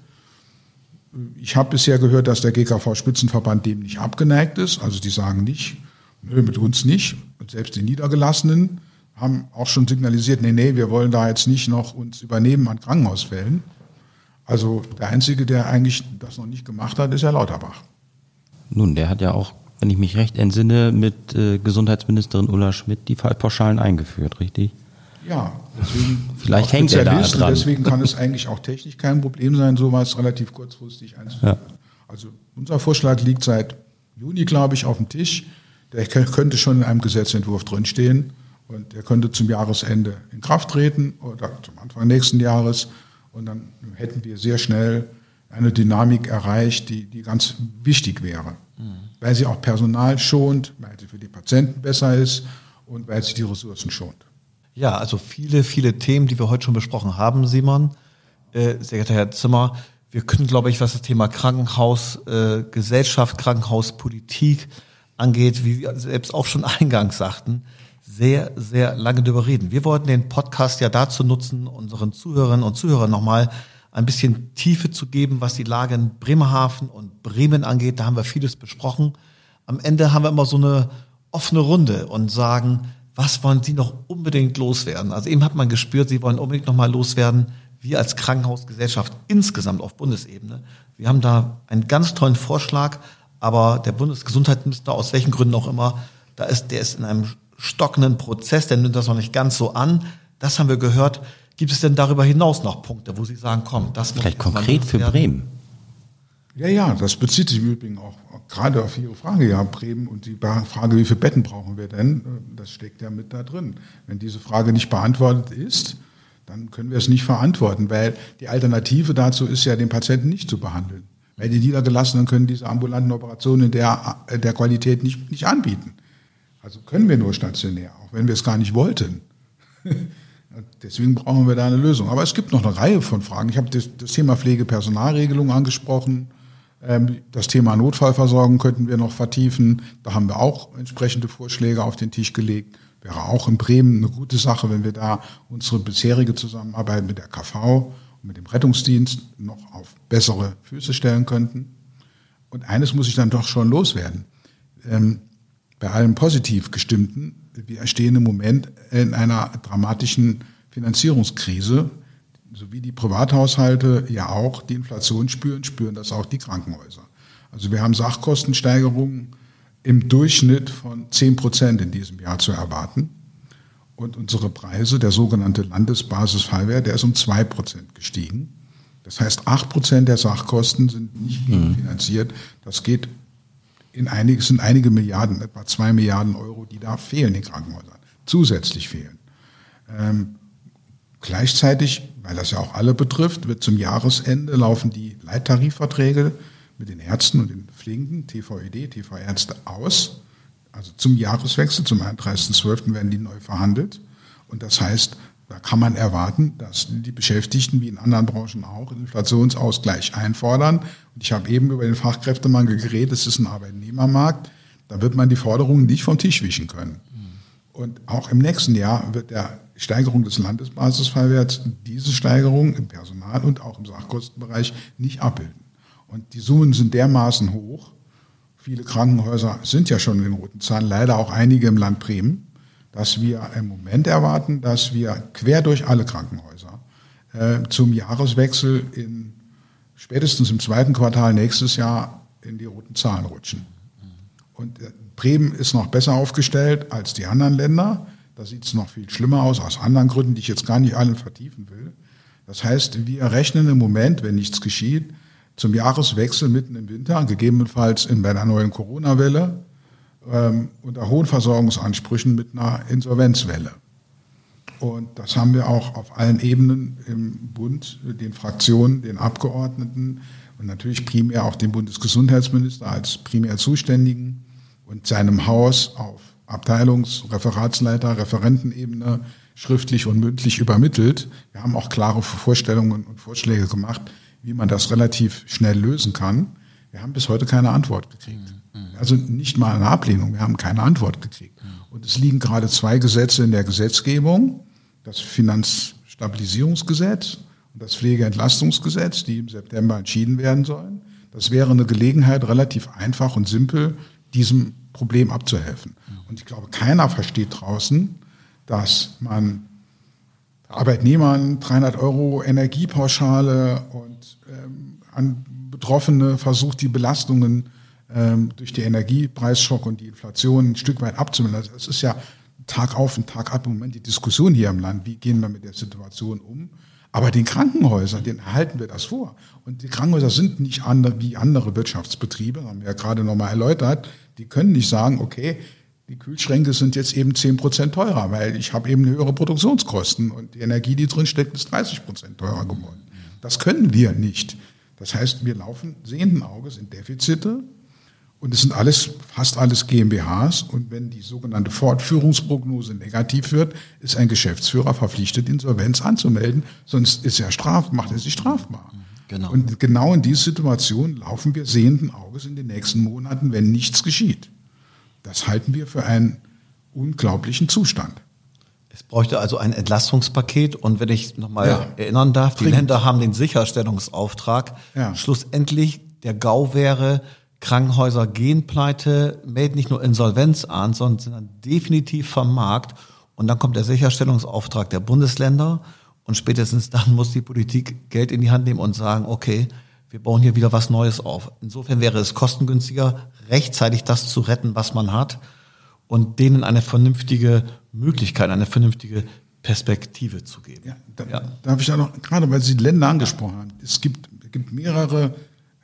Ich habe bisher gehört, dass der GKV-Spitzenverband dem nicht abgeneigt ist. Also die sagen nicht, nö, mit uns nicht. Und selbst die Niedergelassenen haben auch schon signalisiert, nee, wir wollen da jetzt nicht noch uns übernehmen an Krankenhausfällen. Also der Einzige, der eigentlich das noch nicht gemacht hat, ist Herr Lauterbach. Nun, der hat ja auch, wenn ich mich recht entsinne, mit Gesundheitsministerin Ulla Schmidt die Fallpauschalen eingeführt, richtig? Ja, deswegen vielleicht hängt er da dran. Deswegen kann es eigentlich auch technisch kein Problem sein, sowas relativ kurzfristig einzuführen. Ja. Also unser Vorschlag liegt seit Juni, glaube ich, auf dem Tisch. Der könnte schon in einem Gesetzentwurf drinstehen und der könnte zum Jahresende in Kraft treten oder zum Anfang nächsten Jahres. Und dann hätten wir sehr schnell eine Dynamik erreicht, die ganz wichtig wäre. Weil sie auch Personal schont, weil sie für die Patienten besser ist und weil sie die Ressourcen schont. Ja, also viele, viele Themen, die wir heute schon besprochen haben, Simon. Sehr geehrter Herr Zimmer, wir können, glaube ich, was das Thema Krankenhausgesellschaft, Krankenhauspolitik angeht, wie wir selbst auch schon eingangs sagten, sehr, sehr lange darüber reden. Wir wollten den Podcast ja dazu nutzen, unseren Zuhörerinnen und Zuhörern nochmal ein bisschen Tiefe zu geben, was die Lage in Bremerhaven und Bremen angeht. Da haben wir vieles besprochen. Am Ende haben wir immer so eine offene Runde und sagen, was wollen Sie noch unbedingt loswerden? Also eben hat man gespürt, Sie wollen unbedingt nochmal loswerden. Wir als Krankenhausgesellschaft insgesamt auf Bundesebene. Wir haben da einen ganz tollen Vorschlag, aber der Bundesgesundheitsminister, aus welchen Gründen auch immer, der ist in einem stockenden Prozess, der nimmt das noch nicht ganz so an. Das haben wir gehört. Gibt es denn darüber hinaus noch Punkte, wo Sie sagen, komm, das muss vielleicht konkret für Bremen? Ja, das bezieht sich im Übrigen auch gerade auf Ihre Frage, ja, Bremen und die Frage, wie viele Betten brauchen wir denn? Das steckt ja mit da drin. Wenn diese Frage nicht beantwortet ist, dann können wir es nicht verantworten, weil die Alternative dazu ist ja, den Patienten nicht zu behandeln. Weil die Niedergelassenen können diese ambulanten Operationen in der Qualität nicht anbieten. Also können wir nur stationär, auch wenn wir es gar nicht wollten. Deswegen brauchen wir da eine Lösung. Aber es gibt noch eine Reihe von Fragen. Ich habe das Thema Pflegepersonalregelung angesprochen. Das Thema Notfallversorgung könnten wir noch vertiefen. Da haben wir auch entsprechende Vorschläge auf den Tisch gelegt. Wäre auch in Bremen eine gute Sache, wenn wir da unsere bisherige Zusammenarbeit mit der KV und mit dem Rettungsdienst noch auf bessere Füße stellen könnten. Und eines muss ich dann doch schon loswerden. Bei allem positiv Gestimmten, wir stehen im Moment in einer dramatischen Finanzierungskrise, sowie die Privathaushalte ja auch die Inflation spüren das auch die Krankenhäuser. Also wir haben Sachkostensteigerungen im Durchschnitt von 10% in diesem Jahr zu erwarten. Und unsere Preise, der sogenannte Landesbasisfallwert, der ist um 2% gestiegen. Das heißt, 8% der Sachkosten sind nicht finanziert. Das geht sind einige Milliarden, etwa 2 Milliarden Euro, die da fehlen in Krankenhäusern, zusätzlich fehlen. Gleichzeitig, weil das ja auch alle betrifft, wird zum Jahresende laufen die Leittarifverträge mit den Ärzten und den Pflegenden, TVED, TV-Ärzte aus. Also zum Jahreswechsel, zum 31.12. werden die neu verhandelt. Und das heißt, da kann man erwarten, dass die Beschäftigten wie in anderen Branchen auch einen Inflationsausgleich einfordern. Und ich habe eben über den Fachkräftemangel geredet, es ist ein Arbeitnehmermarkt. Da wird man die Forderungen nicht vom Tisch wischen können. Und auch im nächsten Jahr wird der Steigerung des Landesbasisfallwerts diese Steigerung im Personal- und auch im Sachkostenbereich nicht abbilden. Und die Summen sind dermaßen hoch. Viele Krankenhäuser sind ja schon in den roten Zahlen, leider auch einige im Land Bremen, dass wir im Moment erwarten, dass wir quer durch alle Krankenhäuser zum Jahreswechsel spätestens im 2. Quartal nächstes Jahr in die roten Zahlen rutschen. Und Bremen ist noch besser aufgestellt als die anderen Länder. Da sieht es noch viel schlimmer aus anderen Gründen, die ich jetzt gar nicht alle vertiefen will. Das heißt, wir rechnen im Moment, wenn nichts geschieht, zum Jahreswechsel mitten im Winter, gegebenenfalls bei einer neuen Corona-Welle, unter hohen Versorgungsansprüchen mit einer Insolvenzwelle. Und das haben wir auch auf allen Ebenen im Bund, den Fraktionen, den Abgeordneten und natürlich primär auch dem Bundesgesundheitsminister als primär Zuständigen und seinem Haus auf Abteilungs-, Referatsleiter-, Referentenebene schriftlich und mündlich übermittelt. Wir haben auch klare Vorstellungen und Vorschläge gemacht, wie man das relativ schnell lösen kann. Wir haben bis heute keine Antwort gekriegt. Also nicht mal eine Ablehnung, wir haben keine Antwort gekriegt. Und es liegen gerade 2 Gesetze in der Gesetzgebung, das Finanzstabilisierungsgesetz und das Pflegeentlastungsgesetz, die im September entschieden werden sollen. Das wäre eine Gelegenheit, relativ einfach und simpel diesem Problem abzuhelfen. Und ich glaube, keiner versteht draußen, dass man Arbeitnehmern 300 € Energiepauschale und an Betroffene versucht, die Belastungen durch die Energiepreisschock und die Inflation ein Stück weit abzumildern. Es ist ja Tag auf und Tag ab im Moment die Diskussion hier im Land, wie gehen wir mit der Situation um. Aber den Krankenhäusern, denen halten wir das vor. Und die Krankenhäuser sind nicht wie andere Wirtschaftsbetriebe, haben wir ja gerade nochmal erläutert. Die können nicht sagen, okay, die Kühlschränke sind jetzt eben 10% teurer, weil ich habe eben höhere Produktionskosten und die Energie, die drin steckt, ist 30% teurer geworden. Das können wir nicht. Das heißt, wir laufen sehenden Auges in Defizite und es sind fast alles GmbHs. Und wenn die sogenannte Fortführungsprognose negativ wird, ist ein Geschäftsführer verpflichtet, Insolvenz anzumelden, sonst macht er sich strafbar. Genau. Und genau in diese Situation laufen wir sehenden Auges in den nächsten Monaten, wenn nichts geschieht. Das halten wir für einen unglaublichen Zustand. Es bräuchte also ein Entlastungspaket. Und wenn ich nochmal erinnern darf, die Länder haben den Sicherstellungsauftrag. Ja. Schlussendlich der GAU wäre, Krankenhäuser gehen pleite, melden nicht nur Insolvenz an, sondern sind dann definitiv vom Markt. Und dann kommt der Sicherstellungsauftrag der Bundesländer. Und spätestens dann muss die Politik Geld in die Hand nehmen und sagen, okay, wir bauen hier wieder was Neues auf. Insofern wäre es kostengünstiger, rechtzeitig das zu retten, was man hat und denen eine vernünftige Möglichkeit, eine vernünftige Perspektive zu geben. Ja, darf ich da noch, gerade weil Sie die Länder angesprochen haben, es gibt mehrere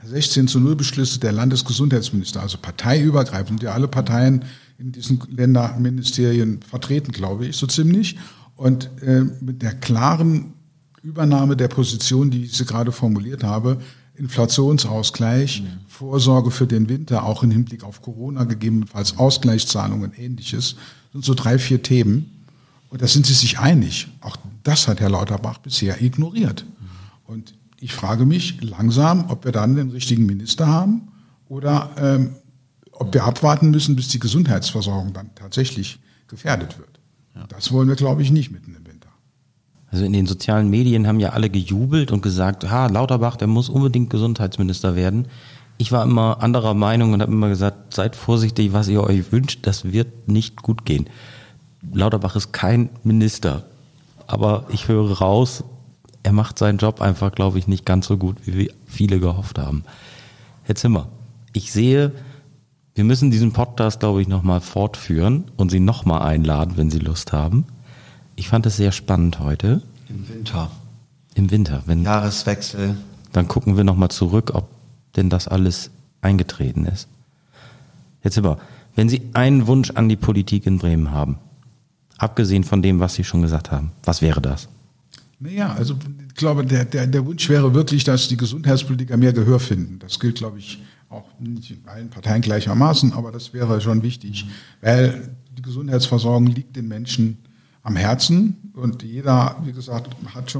16:0 Beschlüsse der Landesgesundheitsminister, also parteiübergreifend, ja alle Parteien in diesen Länderministerien vertreten, glaube ich, so ziemlich. Und mit der klaren Übernahme der Position, die ich Sie gerade formuliert habe, Inflationsausgleich, Vorsorge für den Winter, auch im Hinblick auf Corona, gegebenenfalls Ausgleichszahlungen, Ähnliches, sind so 3, 4 Themen. Und da sind sie sich einig. Auch das hat Herr Lauterbach bisher ignoriert. Und ich frage mich langsam, ob wir dann den richtigen Minister haben oder ob wir abwarten müssen, bis die Gesundheitsversorgung dann tatsächlich gefährdet wird. Ja. Das wollen wir, glaube ich, nicht mitten im Winter. Also in den sozialen Medien haben ja alle gejubelt und gesagt, Lauterbach, der muss unbedingt Gesundheitsminister werden. Ich war immer anderer Meinung und habe immer gesagt, seid vorsichtig, was ihr euch wünscht, das wird nicht gut gehen. Lauterbach ist kein Minister, aber ich höre raus, er macht seinen Job einfach, glaube ich, nicht ganz so gut, wie viele gehofft haben. Herr Zimmer, ich sehe, wir müssen diesen Podcast, glaube ich, nochmal fortführen und Sie nochmal einladen, wenn Sie Lust haben. Ich fand es sehr spannend heute. Im Winter. Im Winter. Wenn Jahreswechsel. Dann gucken wir nochmal zurück, ob denn das alles eingetreten ist. Herr Zimmer, wenn Sie einen Wunsch an die Politik in Bremen haben, abgesehen von dem, was Sie schon gesagt haben, was wäre das? Naja, also ich glaube, der Wunsch wäre wirklich, dass die Gesundheitspolitiker mehr Gehör finden. Das gilt, glaube ich, auch nicht in allen Parteien gleichermaßen, aber das wäre schon wichtig, weil die Gesundheitsversorgung liegt den Menschen am Herzen und jeder, wie gesagt,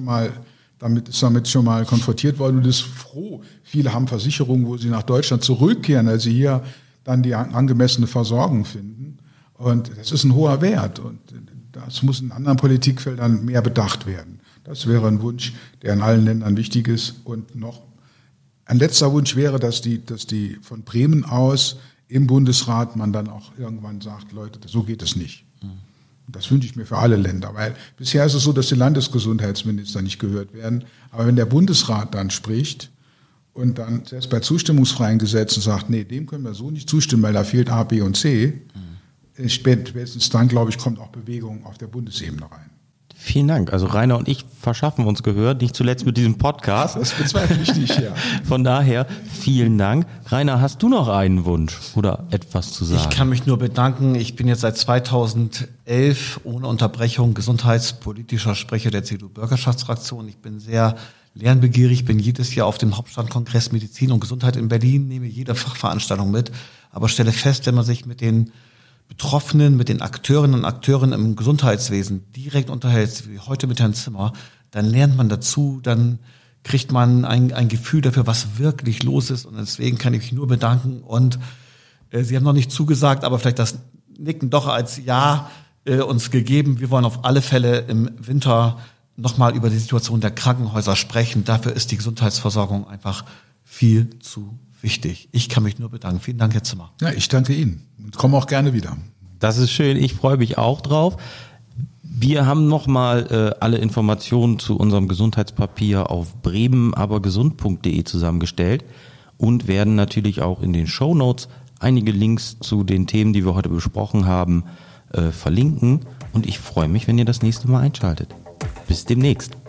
ist damit schon mal konfrontiert worden und ist froh. Viele haben Versicherungen, wo sie nach Deutschland zurückkehren, weil sie hier dann die angemessene Versorgung finden. Und das ist ein hoher Wert und das muss in anderen Politikfeldern mehr bedacht werden. Das wäre ein Wunsch, der in allen Ländern wichtig ist. Und noch ein letzter Wunsch wäre, dass die von Bremen aus im Bundesrat man dann auch irgendwann sagt, Leute, so geht es nicht. Das wünsche ich mir für alle Länder, weil bisher ist es so, dass die Landesgesundheitsminister nicht gehört werden. Aber wenn der Bundesrat dann spricht und dann selbst bei zustimmungsfreien Gesetzen sagt, nee, dem können wir so nicht zustimmen, weil da fehlt A, B und C, spätestens dann, glaube ich, kommt auch Bewegung auf der Bundesebene rein. Vielen Dank. Also Rainer und ich verschaffen uns Gehör, nicht zuletzt mit diesem Podcast. Das bezweifle ich nicht, ja. Von daher, vielen Dank. Rainer, hast du noch einen Wunsch oder etwas zu sagen? Ich kann mich nur bedanken. Ich bin jetzt seit 2011 ohne Unterbrechung gesundheitspolitischer Sprecher der CDU-Bürgerschaftsfraktion. Ich bin sehr lernbegierig, bin jedes Jahr auf dem Hauptstadtkongress Medizin und Gesundheit in Berlin, nehme jede Fachveranstaltung mit, aber stelle fest, wenn man sich mit den Betroffenen, mit den Akteurinnen und Akteuren im Gesundheitswesen direkt unterhält, wie heute mit Herrn Zimmer, dann lernt man dazu, dann kriegt man ein Gefühl dafür, was wirklich los ist. Und deswegen kann ich mich nur bedanken. Und Sie haben noch nicht zugesagt, aber vielleicht das Nicken doch als Ja uns gegeben. Wir wollen auf alle Fälle im Winter nochmal über die Situation der Krankenhäuser sprechen. Dafür ist die Gesundheitsversorgung einfach viel zu wichtig. Ich kann mich nur bedanken. Vielen Dank, Herr Zimmer. Ja, ich danke Ihnen und komme auch gerne wieder. Das ist schön. Ich freue mich auch drauf. Wir haben nochmal alle Informationen zu unserem Gesundheitspapier auf bremenabergesund.de zusammengestellt und werden natürlich auch in den Shownotes einige Links zu den Themen, die wir heute besprochen haben, verlinken. Und ich freue mich, wenn ihr das nächste Mal einschaltet. Bis demnächst.